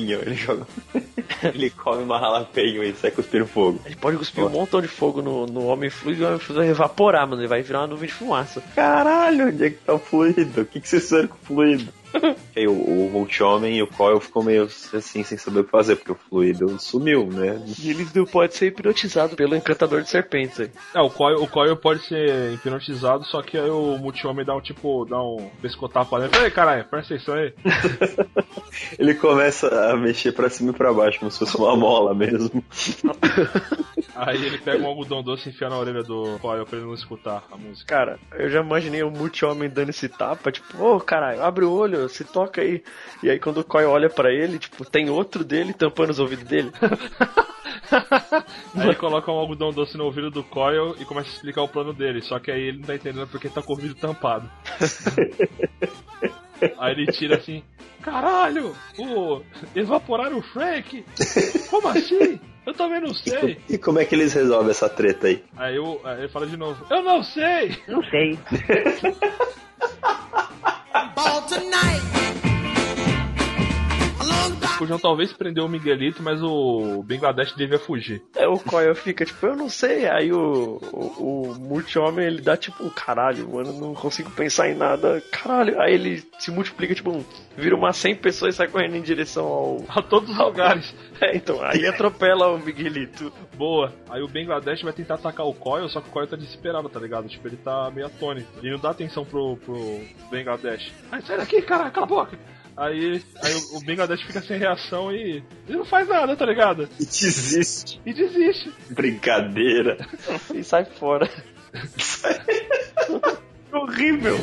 joga. Ele come uma jalapeño e sai cuspindo fogo. Ele pode cuspir um montão de fogo no Homem Fluido e o Homem Fluido vai evaporar, mano. Ele vai virar uma nuvem de fumaça. Caralho, onde é que tá o fluido? O que vocês fizeram com o fluido? Aí o Multi-Homem e o Coil ficam meio assim, sem saber o que fazer, porque o fluido sumiu, né? E ele não pode ser hipnotizado pelo encantador de serpentes aí. O Coil pode ser hipnotizado, só que aí o Multi-Homem dá um pescotapa nele. Ei, caralho, presta atenção aí. Ele começa a mexer pra cima e pra baixo, como se fosse uma mola mesmo. Aí ele pega um algodão doce e enfia na orelha do Coil pra ele não escutar a música. Cara, eu já imaginei o Multi-Homem dando esse tapa, tipo, ô caralho, abre o olho, se toca aí. E aí quando o Coil olha pra ele, tipo, tem outro dele tampando os ouvidos dele. Aí ele coloca um algodão doce no ouvido do Coil e começa a explicar o plano dele, só que aí ele não tá entendendo porque tá com o ouvido tampado. Aí ele tira assim, caralho, evaporaram o Frank? Como assim? Eu também não sei. E como é que eles resolvem essa treta aí? Aí ele fala de novo, eu não sei. Não sei. Podiam talvez prender o Miguelito, mas o Bangladesh devia fugir. O Coil fica tipo, eu não sei. Aí o Multi-Homem ele dá tipo, caralho, mano, não consigo pensar em nada. Caralho. Aí ele se multiplica, tipo, vira umas 100 pessoas e sai correndo em direção a todos os lugares. Então, aí atropela o Miguelito. Boa. Aí o Bangladesh vai tentar atacar o Coil, só que o Coil tá desesperado, tá ligado? Tipo, ele tá meio atônito. Ele não dá atenção pro Bangladesh. Aí sai daqui, cara, cala a boca. Aí o Bangladesh fica sem reação e ele não faz nada, tá ligado? E desiste. Brincadeira. E sai fora. Horrível.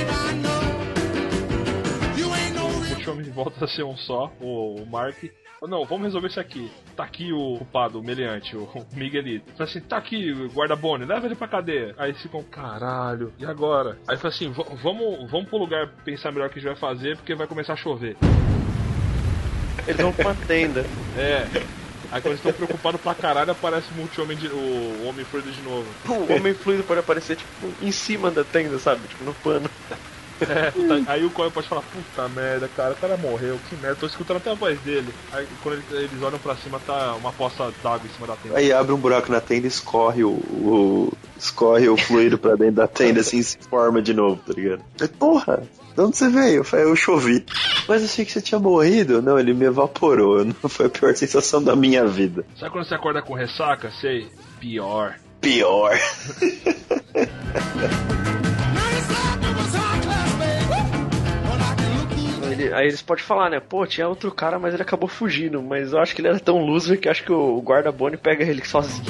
O Multi-Homem volta a ser um só, o Mark. Não, vamos resolver isso aqui. Tá aqui o culpado, o meliante, o Miguelito. Fala assim, tá aqui o guarda-bone, leva ele pra cadeia. Aí eles ficam, caralho, e agora? Aí fala assim, vamos pro lugar pensar melhor o que a gente vai fazer, porque vai começar a chover. Eles vão pra uma tenda. Aí quando eles estão preocupados pra caralho, aparece o Multi-Homem, o Homem Fluido de novo. O Homem Fluido pode aparecer, tipo, em cima da tenda, sabe? Tipo, no pano. Aí o Coil pode falar, puta merda, cara, o cara morreu, que merda, tô escutando até a voz dele. Aí quando eles olham pra cima, tá uma poça d'água em cima da tenda. Aí abre um buraco na tenda e escorre escorre o fluido pra dentro da tenda, assim, se forma de novo, tá ligado? Porra, de onde você veio? Eu falei, eu chovi. Mas eu achei que você tinha morrido. Não, ele me evaporou. Não foi a pior sensação da minha vida. Sabe quando você acorda com ressaca? Sei, pior. Aí eles podem falar, né? Pô, tinha outro cara, mas ele acabou fugindo. Mas eu acho que ele era tão loser que acho que o guarda-bone pega ele sozinho.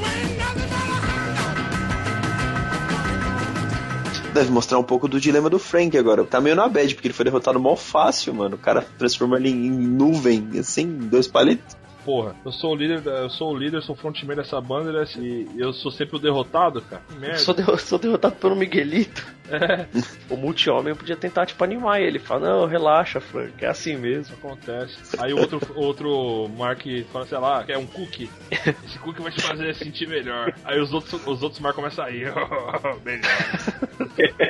Deve mostrar um pouco do dilema do Frank agora. Tá meio na bad, porque ele foi derrotado mó fácil, mano. O cara transforma ele em nuvem, assim, 2 palitos. Porra, eu sou o líder, sou o frontman dessa banda e eu sou sempre o derrotado, cara. Que merda. Sou derrotado pelo Miguelito. O Multi-Homem podia tentar, tipo, animar ele. Fala, não, relaxa, Frank, é assim mesmo. Acontece. Aí o outro Mark fala, sei lá, quer um cookie? Esse cookie vai te fazer sentir melhor. Aí os outros Mark começam a ir. Melhor.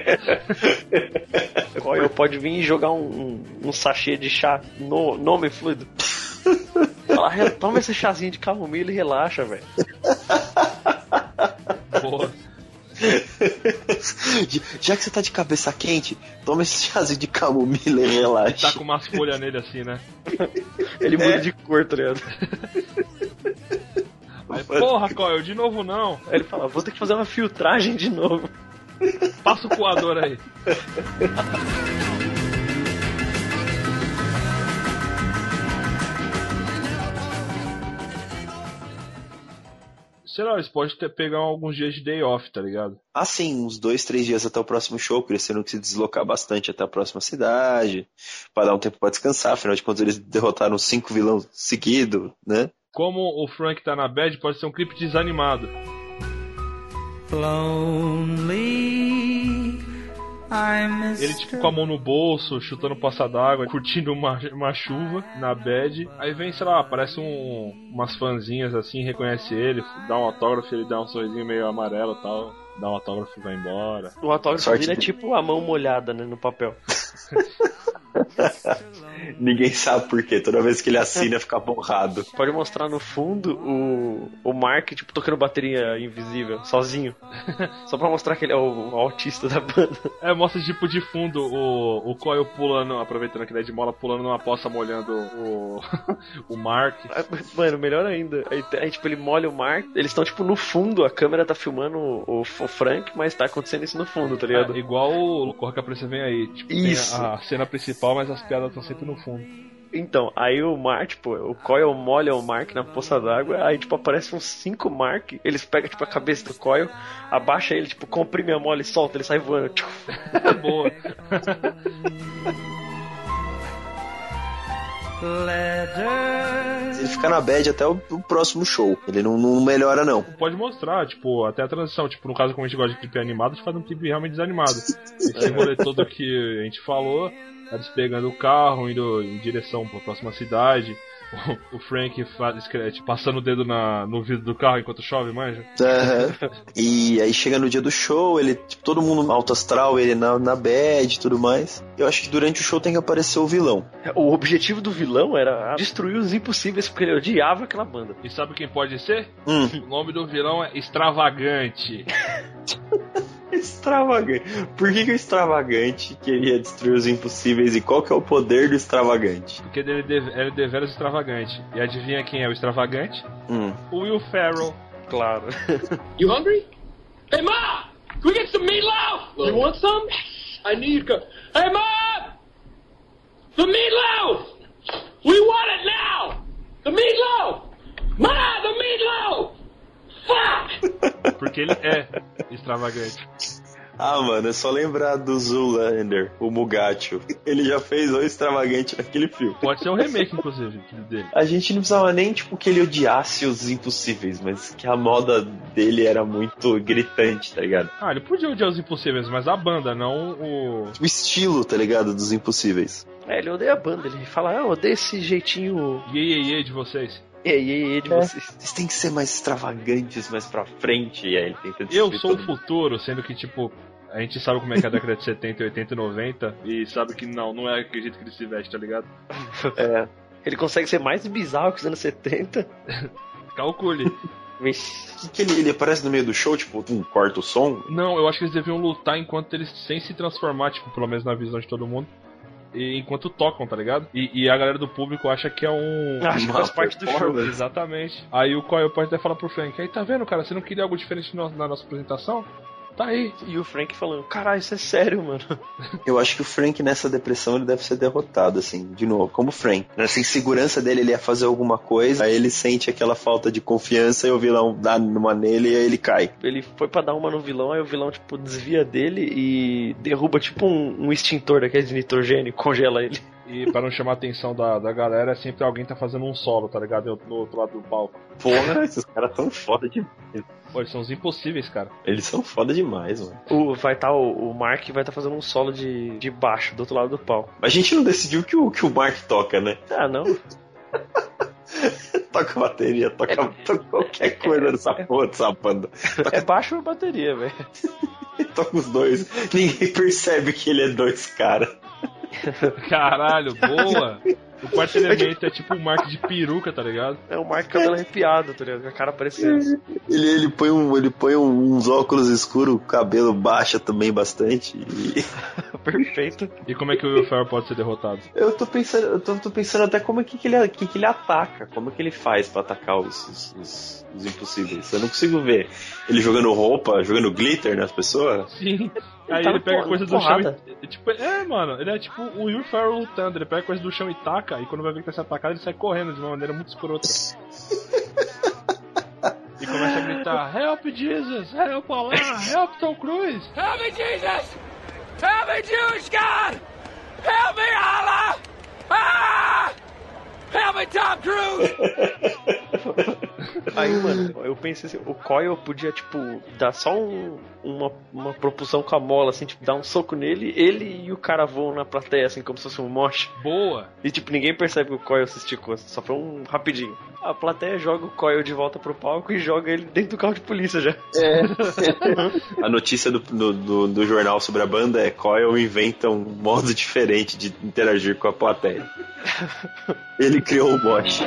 Coil pode vir e jogar um sachê de chá no Homem Fluido. Fala, toma esse chazinho de camomila e relaxa, velho. Boa. Já que você tá de cabeça quente, toma esse chazinho de camomila e relaxa. Tá com umas folhas nele assim, né? Ele muda de cor, tá ligado? Aí, porra, Coil, de novo não. Aí ele fala, vou ter que fazer uma filtragem de novo. Passa o coador aí. Sei lá, eles podem pegar alguns dias de day off, tá ligado? Ah, sim, uns 2, 3 dias até o próximo show, porque eles terão que se deslocar bastante até a próxima cidade, pra dar um tempo pra descansar, afinal de contas eles derrotaram 5 vilões seguidos, né? Como o Frank tá na bad, pode ser um clipe desanimado. Ele tipo com a mão no bolso, chutando poça d'água, curtindo uma chuva na bad. Aí vem, sei lá, aparece umas fãzinhas assim, reconhece ele, dá um autógrafo, ele dá um sorrisinho meio amarelo e tal, dá um autógrafo e vai embora. O autógrafo dele é tipo a mão molhada, né, no papel. Ninguém sabe por quê. Toda vez que ele assina, fica borrado. Pode mostrar no fundo o Mark, tipo, tocando bateria invisível, sozinho. Só pra mostrar que ele é o autista da banda. Mostra tipo de fundo o Coil pulando, aproveitando que ele é de mola, pulando numa poça, molhando o Mark. Mano, melhor ainda. Aí tipo, ele molha o Mark, eles estão tipo no fundo, a câmera tá filmando o Frank, mas tá acontecendo isso no fundo, tá ligado? Igual o Corre que a Polícia Vem Aí. Tipo, isso. Tem a cena principal, mas as piadas estão sempre no fundo. Então, aí o Mark, tipo, o Coil molha o Mark na poça d'água, aí tipo, aparece uns 5 Mark, eles pegam tipo a cabeça do Coil, abaixa ele, tipo, comprime a mola e solta, ele sai voando. Boa. Ele fica na bad até o próximo show. Ele não melhora, não. Pode mostrar, tipo, até a transição. Tipo, no caso, como a gente gosta de clipe animado, a gente faz um clipe realmente desanimado. Esse rolê todo que a gente falou, eles pegando o carro, indo em direção pra próxima cidade. O Frank passando o dedo no vidro do carro enquanto chove, manja? E aí chega no dia do show, ele, tipo, todo mundo alto astral, ele na bad e tudo mais. Eu acho que durante o show tem que aparecer o vilão. O objetivo do vilão era destruir os Impossíveis, porque ele odiava aquela banda. E sabe quem pode ser? O nome do vilão é Extravagante. Extravagante. Por que o Extravagante queria destruir os Impossíveis e qual que é o poder do Extravagante? Porque ele é deveras extravagante. E adivinha quem é o Extravagante? O Will Ferrell. Claro. You hungry? Hey, Ma! Can we get some meatloaf? You want some? I need to. Hey, Mom! The meatloaf! We want it now! The meatloaf! Ma, the meatloaf! Fuck! Porque ele é extravagante. Mano, é só lembrar do Zoolander, o Mugacho. Ele já fez o Extravagante naquele filme. Pode ser um remake, inclusive, dele. A gente não precisava nem, tipo, que ele odiasse os Impossíveis, mas que a moda dele era muito gritante, tá ligado? Ele podia odiar os Impossíveis, mas a banda, não o estilo, tá ligado, dos Impossíveis. Ele odeia a banda, ele fala, eu odeio esse jeitinho... Iê de vocês. De vocês. Vocês têm que ser mais extravagantes, mais pra frente. E aí ele tenta Eu sou o futuro, sendo que, tipo, a gente sabe como é que é a década de 70, 80 e 90, e sabe que não é aquele jeito que ele se veste, tá ligado? Ele consegue ser mais bizarro que os anos 70. Calcule. Que ele aparece no meio do show, tipo, corta o som? Não, eu acho que eles deviam lutar enquanto eles, sem se transformar, tipo, pelo menos na visão de todo mundo. E enquanto tocam, tá ligado? E a galera do público acha que é acho que faz parte do show. Exatamente. Aí o Coil pode até falar pro Frank, aí tá vendo, cara, você não queria algo diferente na nossa apresentação? Tá aí. E o Frank falando, caralho, isso é sério, mano. Eu acho que o Frank nessa depressão ele deve ser derrotado, assim, de novo, como o Frank. Nessa insegurança dele, ele ia fazer alguma coisa, aí ele sente aquela falta de confiança e o vilão dá uma nele e aí ele cai. Ele foi pra dar uma no vilão, aí o vilão, tipo, desvia dele e derruba, tipo, um extintor daquele de nitrogênio, congela ele. E pra não chamar a atenção da galera, é sempre alguém tá fazendo um solo, tá ligado? No outro lado do palco. Porra, esses caras tão foda demais. Pô, eles são os Impossíveis, cara. Eles são foda demais, mano. O Mark vai estar fazendo um solo de baixo, do outro lado do palco. A gente não decidiu que o Mark toca, né? Não. Toca bateria, toca qualquer coisa dessa porra dessa banda. É baixo ou bateria, velho? Toca os dois. Ninguém percebe que ele é dois caras. Caralho, boa! O quarto elemento é tipo um Mark de peruca, tá ligado? É um Mark cabelo arrepiado, tá ligado? Com a cara parecendo. Ele põe uns óculos escuros, o cabelo baixa também bastante. Perfeito. E como é que o Will Ferrell pode ser derrotado? Eu tô pensando até como é que ele ataca, como é que ele faz pra atacar os Impossíveis. Eu não consigo ver ele jogando roupa, jogando glitter nas pessoas. Sim. Aí ele pega coisa do chão e... mano, ele é tipo o Will Ferrell lutando. Ele pega coisa do chão e taca, e quando vai ver que tá sendo atacado, ele sai correndo de uma maneira muito escrota. E começa a gritar: Help Jesus! Help Allah! Help Tom Cruise! Help me, Jesus! Help me, Jewish God! Help me, Allah! Ah! Help me, Tom Cruise! Aí, mano, eu pensei assim, o Coil podia, tipo, dar só uma propulsão com a mola, assim, tipo, dar um soco nele, ele e o cara voam na plateia, assim, como se fosse um moche. Boa! E, tipo, ninguém percebe que o Coil se esticou, só foi um rapidinho. A plateia joga o Coil de volta pro palco e joga ele dentro do carro de polícia já. A notícia do jornal sobre a banda é Coil inventa um modo diferente de interagir com a plateia. Ele criou o moche.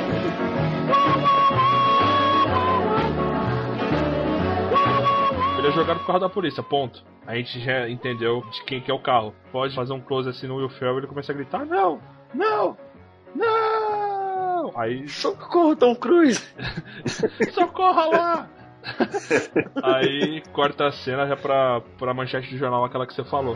Ele é jogado pro carro da polícia, ponto. A gente já entendeu de quem que é o carro. Pode fazer um close assim no Will Ferrell e ele começa a gritar: não! Não! Não! Aí... Socorro, Tom Cruise! Socorra lá! Aí corta a cena já pra manchete do jornal, aquela que você falou.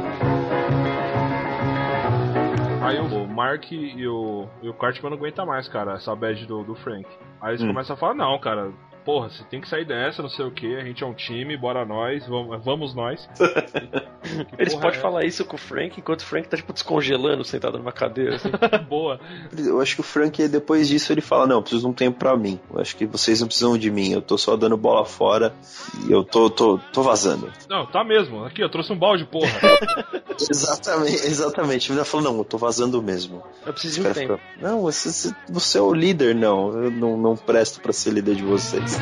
Aí o Mark e o Cartman não aguentam mais, cara, essa badge do Frank. Aí eles começam a falar: não, cara, porra, você tem que sair dessa, não sei o que, a gente é um time, bora nós, vamos nós. Eles podem falar isso com o Frank, enquanto o Frank tá, tipo, descongelando, sentado numa cadeira, assim. Boa. Eu acho que o Frank, depois disso, ele fala: não, eu preciso de um tempo pra mim. Eu acho que vocês não precisam de mim, eu tô só dando bola fora e eu tô vazando. Não, tá mesmo. Aqui, eu trouxe um balde, porra. Exatamente. Ele falou: não, eu tô vazando mesmo. Eu preciso de um tempo. Não, você é o líder, não. Eu não presto pra ser líder de vocês.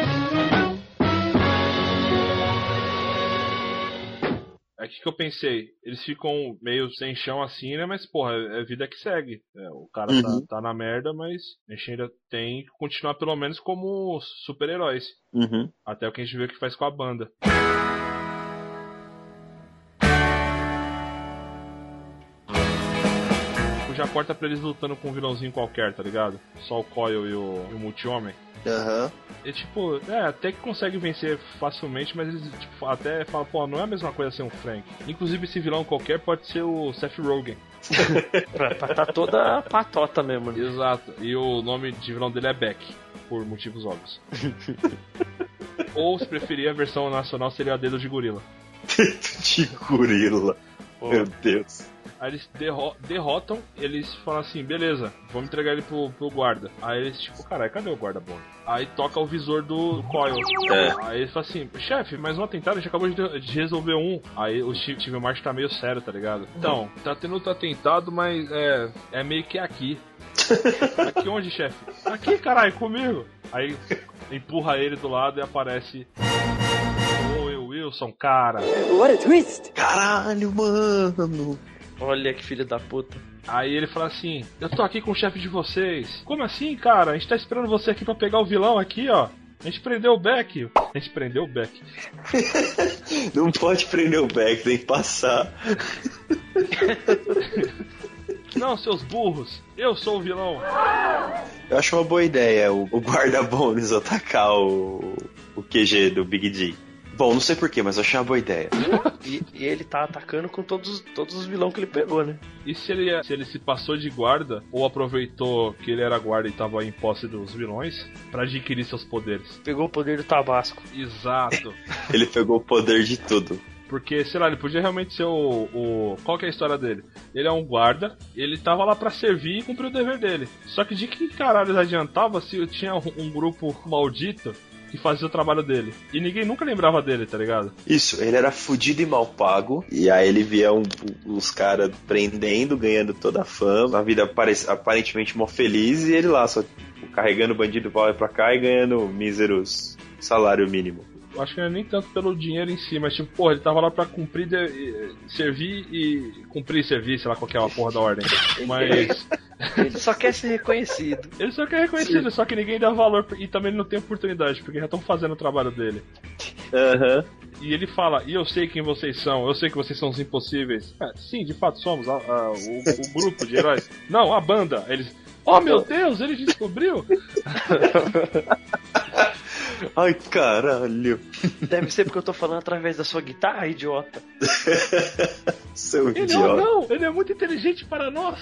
É que eu pensei, eles ficam meio sem chão assim, né? Mas, porra, é vida que segue. O cara tá na merda, mas a gente ainda tem que continuar pelo menos como super-heróis. Até o que a gente vê que faz com a banda. Já corta pra eles lutando com um vilãozinho qualquer, tá ligado? Só o Coil e o Multi-Homem. E tipo, até que consegue vencer facilmente, mas eles tipo, até falam: pô, não é a mesma coisa ser um Frank. Inclusive esse vilão qualquer pode ser o Seth Rogen. pra tá toda patota mesmo, né? Exato. E o nome de vilão dele é Beck, por motivos óbvios. Ou, se preferir, a versão nacional seria Dedo de Gorila. De gorila. Meu Deus. Aí eles derrotam, eles falam assim: beleza, vamos entregar ele pro guarda. Aí eles tipo: caralho, cadê o guarda bom? Aí toca o visor do Coil. Aí ele fala assim: chefe, mais um atentado, a gente acabou de resolver um. Aí o Steve Martin tá meio sério, tá ligado? Então, tá tendo outro atentado, mas é meio que aqui. Aqui onde, chefe? Aqui, caralho, comigo. Aí empurra ele do lado e aparece o Wilson, cara. What a twist! Caralho, mano. Olha que filho da puta. Aí ele fala assim: eu tô aqui com o chefe de vocês. Como assim, cara? A gente tá esperando você aqui pra pegar o vilão aqui, ó. A gente prendeu o Beck. A gente prendeu o Beck. Não pode prender o Beck, tem que passar. Não, seus burros. Eu sou o vilão. Eu acho uma boa ideia o guarda-bones atacar o QG do Big D. Bom, não sei porquê, mas eu achei uma boa ideia. E ele tá atacando com todos os vilões que ele pegou, né? E se ele se passou de guarda, ou aproveitou que ele era guarda e tava em posse dos vilões, pra adquirir seus poderes? Pegou o poder do Tabasco. Exato. Ele pegou o poder de tudo. Porque, sei lá, ele podia realmente ser Qual que é a história dele? Ele é um guarda, ele tava lá pra servir e cumprir o dever dele. Só que de que caralho adiantava se tinha um grupo maldito que fazia o trabalho dele? E ninguém nunca lembrava dele, tá ligado? Isso, ele era fudido e mal pago. E aí ele via os caras prendendo, ganhando toda a fama, a vida aparentemente mó feliz, e ele lá só carregando bandido pra lá e pra cá e ganhando míseros salário mínimo. Eu acho que não é nem tanto pelo dinheiro em si, mas tipo, porra, ele tava lá pra cumprir, servir e cumprir e servir, sei lá, qualquer uma porra da ordem. Mas... ele só quer ser reconhecido. Ele só quer reconhecido, só que ninguém dá valor e também ele não tem oportunidade, porque já estão fazendo o trabalho dele. E ele fala: e eu sei quem vocês são, eu sei que vocês são os impossíveis. Sim, de fato somos, o grupo de heróis. Não, a banda. Eles: oh meu Deus, ele descobriu. Ai, caralho. Deve ser porque eu tô falando através da sua guitarra, idiota. Seu idiota. Não, ele é muito inteligente para nós.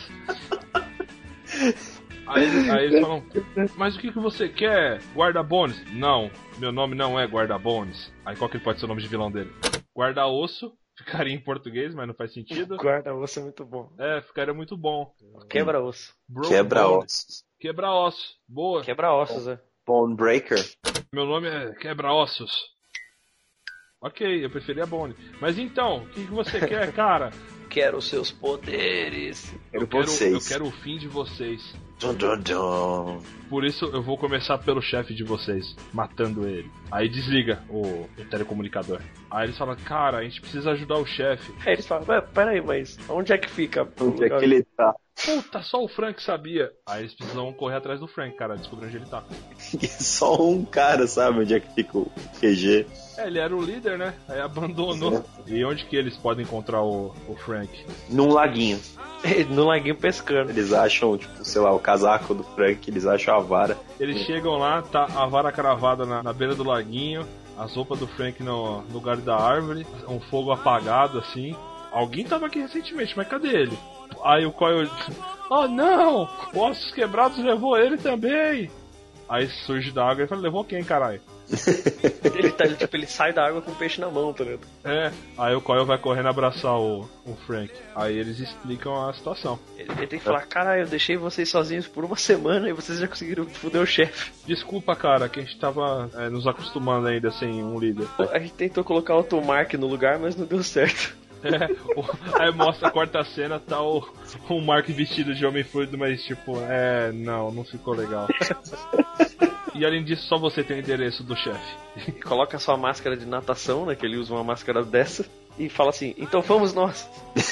Aí eles falam: mas o que você quer? Guarda-bones? Não, meu nome não é Guarda-bones. Aí qual que pode ser o nome de vilão dele? Guarda-osso. Ficaria em português, mas não faz sentido. Guarda-osso é muito bom. Ficaria muito bom. Quebra-osso. Quebra-ossos. Quebra-ossos. Boa. Quebra-ossos, Bone Breaker? Meu nome é Quebra-Ossos. Ok, eu preferia Bone. Mas então, o que você quer, cara? Quero os seus poderes. Eu quero o fim de vocês. Dun, dun, dun. Por isso eu vou começar pelo chefe de vocês, matando ele. Aí desliga o telecomunicador. Aí eles falam, cara, a gente precisa ajudar o chefe. Aí eles falam, peraí, mas onde é que fica? Onde é que ele tá? Puta, só o Frank sabia. Aí eles precisam correr atrás do Frank, cara, descobrir onde ele tá. Só um cara sabe onde é que fica o QG. Ele era o líder, né? Aí abandonou. E onde que eles podem encontrar o Frank? Num laguinho. No laguinho pescando. Eles acham, tipo, sei lá, o casaco do Frank, eles acham a vara. Eles chegam lá, tá a vara cravada na beira do laguinho, as roupas do Frank no galho da árvore, um fogo apagado, assim. Alguém tava aqui recentemente, mas cadê ele? Aí o Coil... Oh não! O Ossos Quebrados levou ele também! Aí surge da água e fala, levou quem, caralho? Ele sai da água com o peixe na mão, tá ligado? É, aí o Coil vai correndo abraçar o Frank. Aí eles explicam a situação. Ele tem que falar, caralho, eu deixei vocês sozinhos por uma semana e vocês já conseguiram foder o chefe. Desculpa, cara, que a gente tava nos acostumando ainda sem um líder. A gente tentou colocar o Tom Mark no lugar, mas não deu certo. Aí mostra a quarta cena, tá o Mark vestido de homem fluido, mas tipo, não ficou legal. E além disso, só você tem o endereço do chefe. Coloca a sua máscara de natação, né, que ele usa uma máscara dessa, e fala assim, então vamos nós.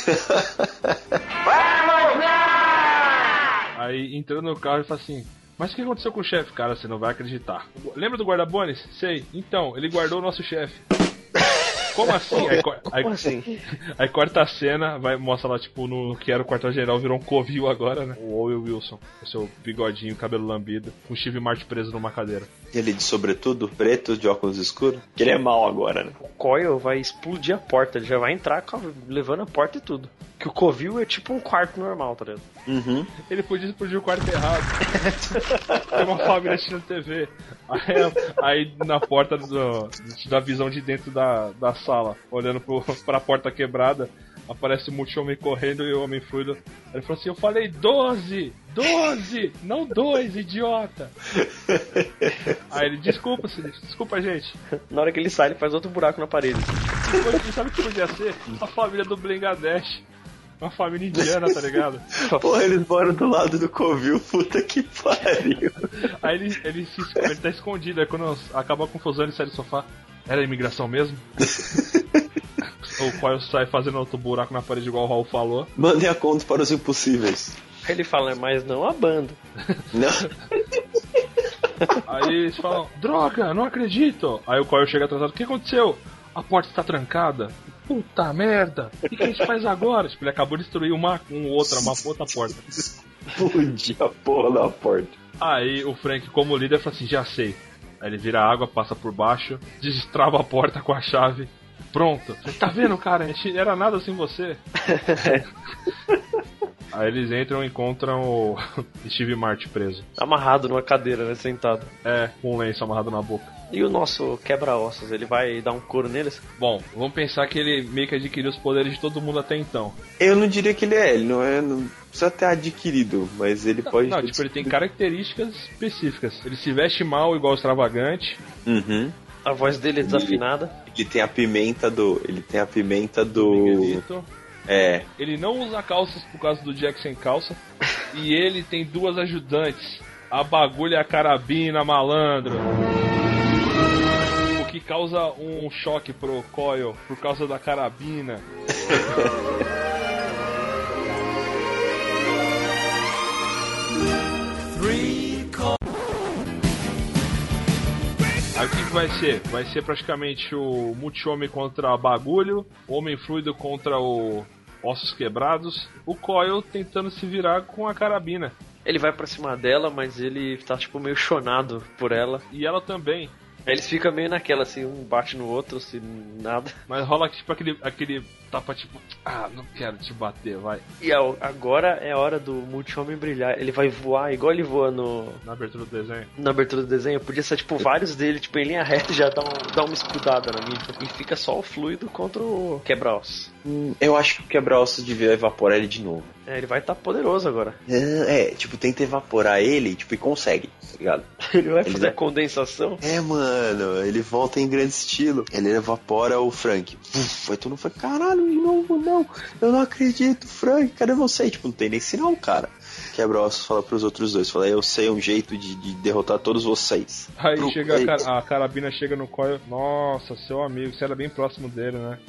Vamos lá! Aí entrando no carro e fala assim, mas o que aconteceu com o chefe? Cara, você não vai acreditar. Lembra do guarda-bones? Sei. Então, ele guardou o nosso chefe. Como assim? Como assim? Aí corta a cena, mostra lá, tipo, no que era o quartel-general, virou um covil agora, né? O Owen Wilson, com seu bigodinho, cabelo lambido, com o Steve Martin preso numa cadeira. Ele de sobretudo, preto, de óculos escuros. Que ele é mal agora, né? O Coil vai explodir a porta, ele já vai entrar levando a porta e tudo. Que o covil é tipo um quarto normal, tá ligado? Uhum. Ele podia explodir o quarto errado. Tem uma família assistindo TV. Aí na porta da visão de dentro da sala, olhando pra porta quebrada, aparece o Multi-Homem correndo e o Homem Fluido. Ele falou assim, eu falei 12, não 2, idiota. Aí ele, desculpa, gente. Na hora que ele sai, ele faz outro buraco na parede. Sabe o que podia ser? A família do Bangladesh. Uma família indiana, tá ligado? Porra, eles moram do lado do covil, puta que pariu. Aí ele tá escondido, aí quando acaba a confusão ele sai do sofá. Era a imigração mesmo? O Coil sai fazendo outro buraco na parede igual o Raul falou. Mandem a conta para os impossíveis. Aí ele fala, mas não a banda. Não. Aí eles falam, droga, não acredito. Aí o Coil chega atrasado, o que aconteceu? A porta está trancada. Puta merda! O que a gente faz agora? Tipo, ele acabou de destruir uma outra porta. Explodiu a porra da porta. Aí o Frank, como líder, fala assim, já sei. Aí ele vira água, passa por baixo, destrava a porta com a chave. Pronto. Tá vendo, cara? A gente era nada sem você. Aí eles entram e encontram o Steve Martin preso. Amarrado numa cadeira, né? Sentado. É, com um lenço amarrado na boca. E o nosso quebra-ossos, ele vai dar um couro neles? Bom, vamos pensar que ele meio que adquiriu os poderes de todo mundo até então. Eu não diria que ele não precisa ter adquirido, mas ele pode... Não, tipo, ele tem características específicas. Ele se veste mal, igual extravagante. Uhum. A voz dele é desafinada. Ele tem a pimenta do... Miguelito. É. Ele não usa calças por causa do Jack sem calça. E ele tem duas ajudantes. A bagulha e a carabina, malandro. O que causa um choque pro Coil por causa da carabina. Aí o que vai ser? Vai ser praticamente o Multi-Homem contra Bagulho, o Homem Fluido contra o Ossos Quebrados, o Coil tentando se virar com a carabina. Ele vai pra cima dela, mas ele tá tipo meio chonado por ela. E ela também. Aí eles ficam meio naquela, assim, um bate no outro, assim, nada. Mas rola tipo aquele tapa tipo, não quero te bater, vai. E agora é a hora do Multi-Homem brilhar. Ele vai voar igual ele voa na abertura do desenho. Na abertura do desenho, podia ser tipo vários dele, tipo, em linha reta e já dá uma escudada na minha. E fica só o fluido contra o quebra-ossos. Eu acho que o quebra-ossos devia evaporar ele de novo. Ele vai estar poderoso agora. Tipo, tenta evaporar ele, tipo, e consegue, tá ligado? Ele vai fazer a condensação? Mano, ele volta em grande estilo. Ele evapora o Frank. Aí todo mundo fala, caralho, de novo, não. Eu não acredito, Frank, cadê você? E, tipo, não tem nem sinal, cara. Quebra-ossos fala pros outros dois, fala, eu sei um jeito de derrotar todos vocês. Aí chega a carabina chega no Coil, nossa, seu amigo, você era bem próximo dele, né?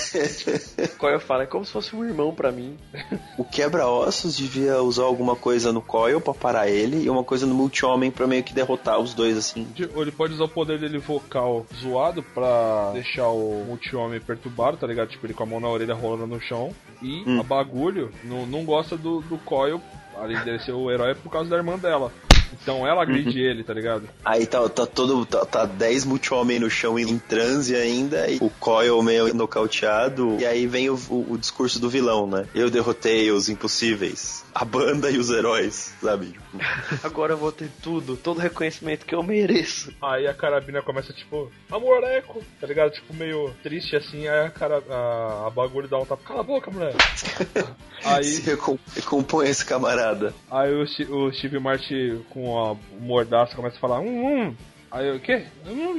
O Coil fala, é como se fosse um irmão pra mim. O quebra-ossos devia usar alguma coisa no Coil pra parar ele e uma coisa no Multi-Homem pra meio que derrotar os dois, assim. Ou ele pode usar o poder dele vocal zoado pra deixar o Multi-Homem perturbado, tá ligado? Tipo, ele com a mão na orelha rolando no chão. E a Bagulho não gosta do Coil, além dele ser o herói, por causa da irmã dela. Então ela agride ele, tá ligado? Aí tá 10 Multi-Homem no chão em transe ainda, e o Coil meio nocauteado, e aí vem o discurso do vilão, né? Eu derrotei os impossíveis, a banda e os heróis, sabe? Agora eu vou ter tudo, todo o reconhecimento que eu mereço. Aí a carabina começa, tipo, amoreco, tá ligado? Tipo, meio triste assim, aí a Bagulho dá um tapa, cala a boca, mulher. Aí se recompõe esse camarada. Aí o Steve Martin com a mordaça começa a falar Aí o quê?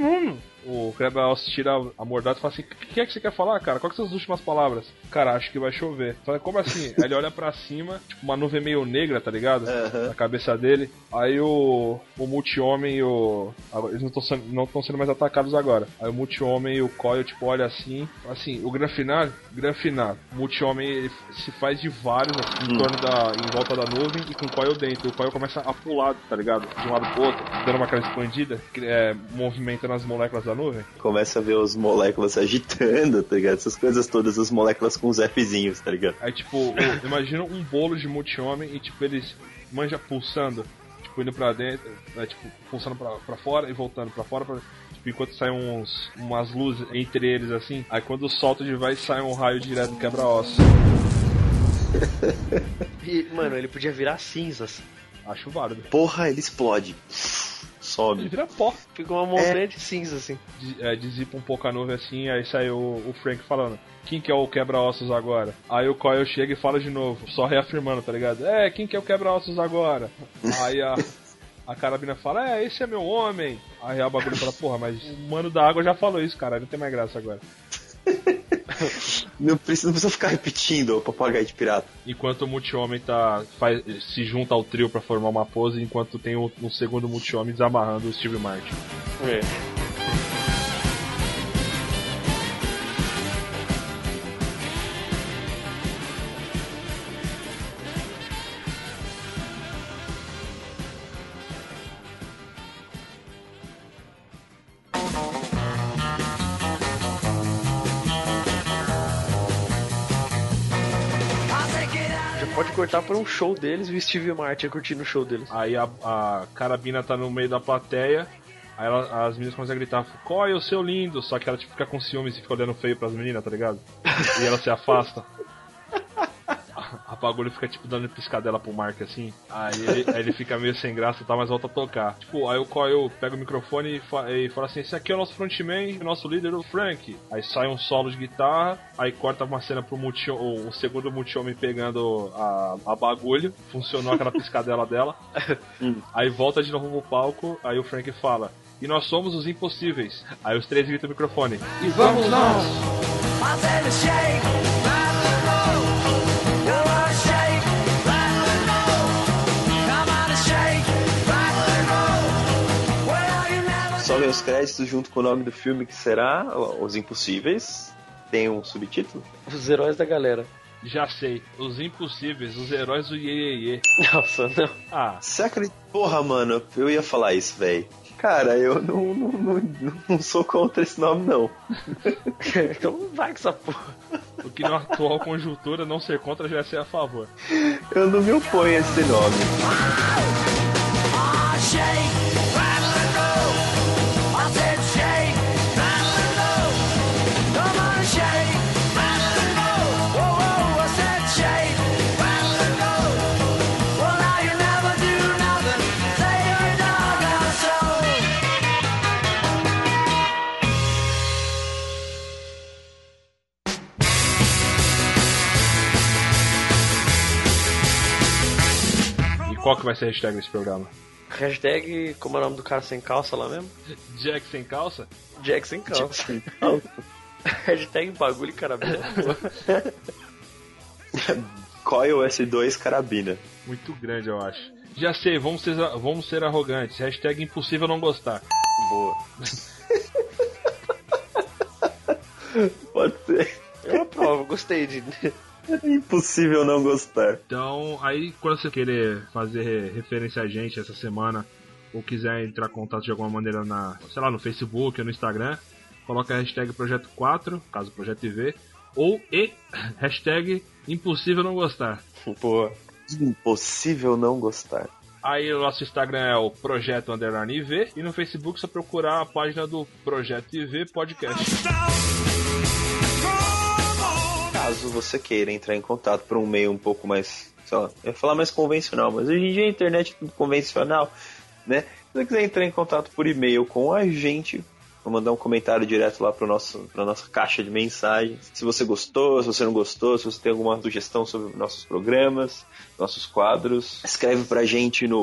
O Quebra-Ossos tira a mordaça e fala assim, o que é que você quer falar, cara? Quais são as últimas palavras? Cara, acho que vai chover. Fala, como assim? Aí ele olha pra cima, tipo uma nuvem meio negra, tá ligado? Na cabeça dele. Aí o Multi-Homem e eles não estão sendo mais atacados agora. Aí o Multi-Homem e o Coil, tipo, olha assim, o Gran Final. O Multi-Homem ele se faz de vários, assim, em volta da nuvem e com o Coil dentro. O Coil começa a pular, tá ligado? De um lado pro outro, dando uma cara expandida, movimentando as moléculas da nuvem. Começa a ver as moléculas se agitando, tá ligado? Essas coisas todas, as moléculas com os Fzinhos, tá ligado? Aí, tipo, imagina um bolo de Multi-Homem e, tipo, eles pulsando, tipo, indo pra dentro, tipo, pulsando pra fora e voltando pra fora, tipo, enquanto saem umas luzes entre eles, assim. Aí quando solta de vez, sai um raio direto do quebra-ossos. E, mano, ele podia virar cinzas. Acho válido. Porra, ele explode. Sobe. Ele vira pó. Fica uma montanha de cinza, assim. Dissipa um pouco a nuvem assim, aí sai o Frank falando, quem que é o quebra-ossos agora? Aí o Coil chega e fala de novo, só reafirmando, tá ligado? Quem que é o quebra-ossos agora? Aí a carabina fala, esse é meu homem. Aí a Bagulho fala, porra, mas o mano da água já falou isso, cara, não tem mais graça agora. Não precisa ficar repetindo o papagaio de pirata. Enquanto o Multi-Homem se junta ao trio pra formar uma pose, enquanto tem um segundo Multi-Homem desamarrando o Steve Martin. Pode cortar pra um show deles e o Steve Martin curtindo o show deles. Aí a carabina tá no meio da plateia, aí as meninas começam a gritar, Coil, seu lindo, só que ela tipo, fica com ciúmes e fica olhando feio pras meninas, tá ligado? E ela se afasta. A Bagulho fica tipo dando piscadela pro Mark assim. Aí ele fica meio sem graça e tal, mas volta a tocar. Tipo, aí o Coil pega o microfone e fala assim, esse aqui é o nosso frontman, o nosso líder, o Frank. Aí sai um solo de guitarra, aí corta uma cena pro o segundo Multi-Homem pegando a Bagulho. Funcionou aquela piscadela dela. Aí volta de novo pro palco, aí o Frank fala, e nós somos os impossíveis. Aí os três gritam no microfone, e vamos nós! Sobem os créditos junto com o nome do filme, que será Os Impossíveis. Tem um subtítulo? Os Heróis da Galera. Já sei, Os Impossíveis, os heróis do Iê. Nossa, não. Você acredita? Porra, mano, eu ia falar isso, velho. Cara, eu não sou contra esse nome, não. Então vai com essa porra. O que na atual conjuntura não ser contra já é ser a favor. Eu não me oponho a esse nome. Qual que vai ser a hashtag desse programa? Hashtag, como é o nome do cara sem calça lá mesmo? Jack sem calça? Jack sem calça. Hashtag bagulho e carabina. Coil S2 carabina. Muito grande, eu acho. Já sei, vamos ser arrogantes. Hashtag impossível não gostar. Boa. Pode ser. Eu aprovo, gostei de... É impossível não gostar. Então, aí quando você querer fazer referência a gente essa semana, ou quiser entrar em contato de alguma maneira no Facebook ou no Instagram, coloca a hashtag Projeto 4, caso Projeto IV, ou hashtag impossível não gostar. Pô, impossível não gostar. Aí o nosso Instagram é o Projeto _IV e no Facebook só procurar a página do Projeto IV Podcast. Caso você queira entrar em contato por um meio um pouco mais, sei lá, eu ia falar mais convencional, mas hoje em dia a internet é tudo convencional, né? Se você quiser entrar em contato por e-mail com a gente, vou mandar um comentário direto lá pra nossa caixa de mensagens. Se você gostou, se você não gostou, se você tem alguma sugestão sobre nossos programas, nossos quadros, escreve pra gente no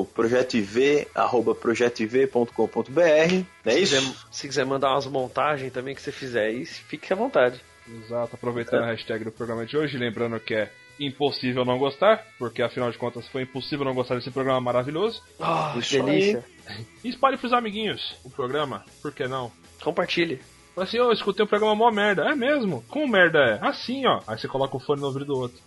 projetoiv@projetoiv.com.br. Não é isso? Se quiser mandar umas montagens também que você fizer aí, fique à vontade. Exato, aproveitando a hashtag do programa de hoje, lembrando que é impossível não gostar, porque afinal de contas foi impossível não gostar desse programa maravilhoso. Que delícia. E espalhe pros amiguinhos o programa, por que não? Compartilhe. Fala assim, eu escutei um programa mó merda. É mesmo? Como merda é? Assim, ó. Aí você coloca o fone no ouvido do outro.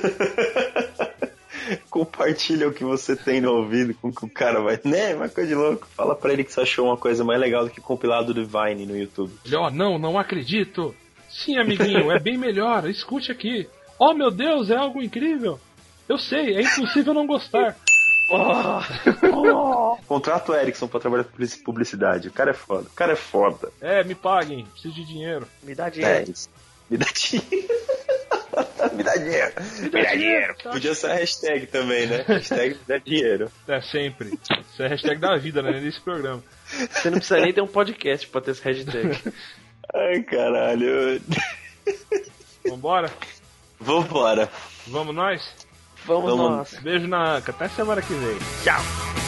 Compartilha o que você tem no ouvido com que o cara vai... Né? Uma coisa de louco. Fala pra ele que você achou uma coisa mais legal do que compilado do Vine no YouTube. Ele, não acredito. Sim, amiguinho, é bem melhor. Escute aqui. Oh, meu Deus, é algo incrível. Eu sei, é impossível não gostar. Contrata o Erickson pra trabalhar com publicidade. O cara é foda. Me paguem, preciso de dinheiro. Me dá dinheiro. Me dá dinheiro. Me dá dinheiro. Podia ser a hashtag também, né? Hashtag me dá dinheiro. É, sempre. Isso é a hashtag da vida, né? Nesse programa. Você não precisa nem ter um podcast pra ter essa hashtag. Ai, caralho. Vambora? Vambora. Vamos nós? Vamos nós. Beijo na Anca. Até semana que vem. Tchau.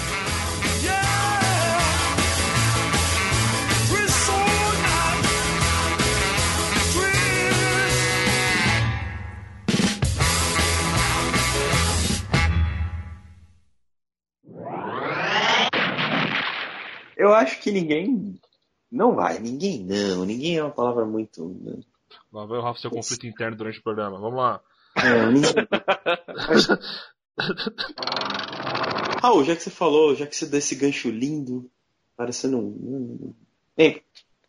Eu acho que ninguém é uma palavra muito... Lá vai o Rafa, seu conflito interno durante o programa. Vamos lá. Raul, já que você falou, já que você deu esse gancho lindo, parecendo um... eu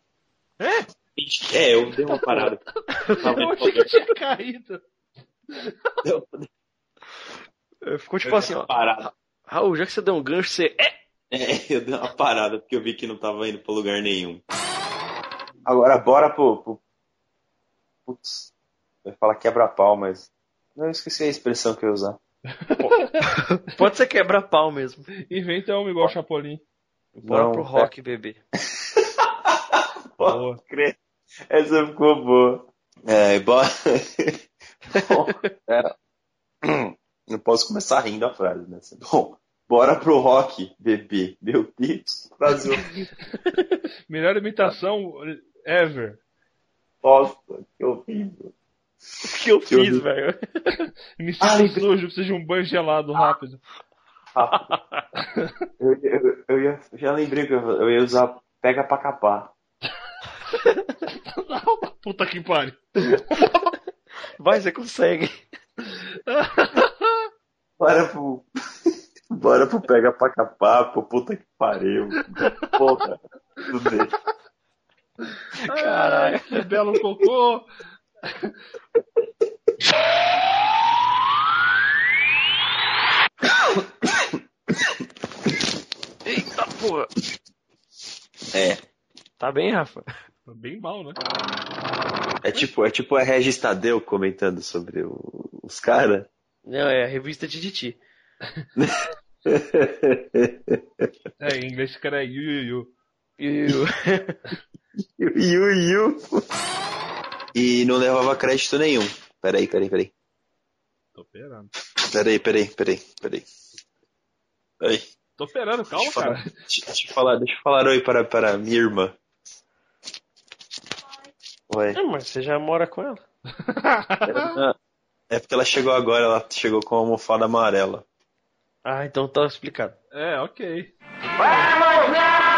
dei uma parada. Eu achei que eu tinha caído. Ficou tipo assim, ó. Parada. Raul, já que você deu um gancho, você... eu dei uma parada, porque eu vi que não tava indo pra lugar nenhum. Agora, bora pro... Putz, eu ia falar quebra-pau, mas... Não, eu esqueci a expressão que eu ia usar. Pode ser quebra-pau mesmo. Inventa uma igual o Chapolin. Bora pro rock, bebê. Pode crer. Essa ficou boa. Bora... Não posso começar rindo a frase, né? Bom... Bora pro rock, bebê. Meu Deus. Brasil. Melhor imitação ever. Nossa, que horrível. O que eu fiz, velho? Me sinto sujo, preciso de um banho gelado rápido. Eu já lembrei que eu ia usar pega pra capar. Puta que pariu. Vai, você consegue. Bora pro pega pra capar, pô, puta que pariu. Porra, tudo bem. Caralho, que belo cocô. Eita porra. Tá bem, Rafa? Tá bem mal, né? É tipo a Regis Tadeu comentando sobre os caras. Não, é a revista Tititi. Em inglês esse cara é Yu. Yu. E não levava crédito nenhum. Peraí. Tô esperando. Peraí. Oi. Tô esperando, calma, cara. Deixa eu falar oi para minha irmã. Oi. Mas você já mora com ela? É porque ela chegou agora, ela chegou com a almofada amarela. Ah, então tá explicado. É, ok. Vamos lá!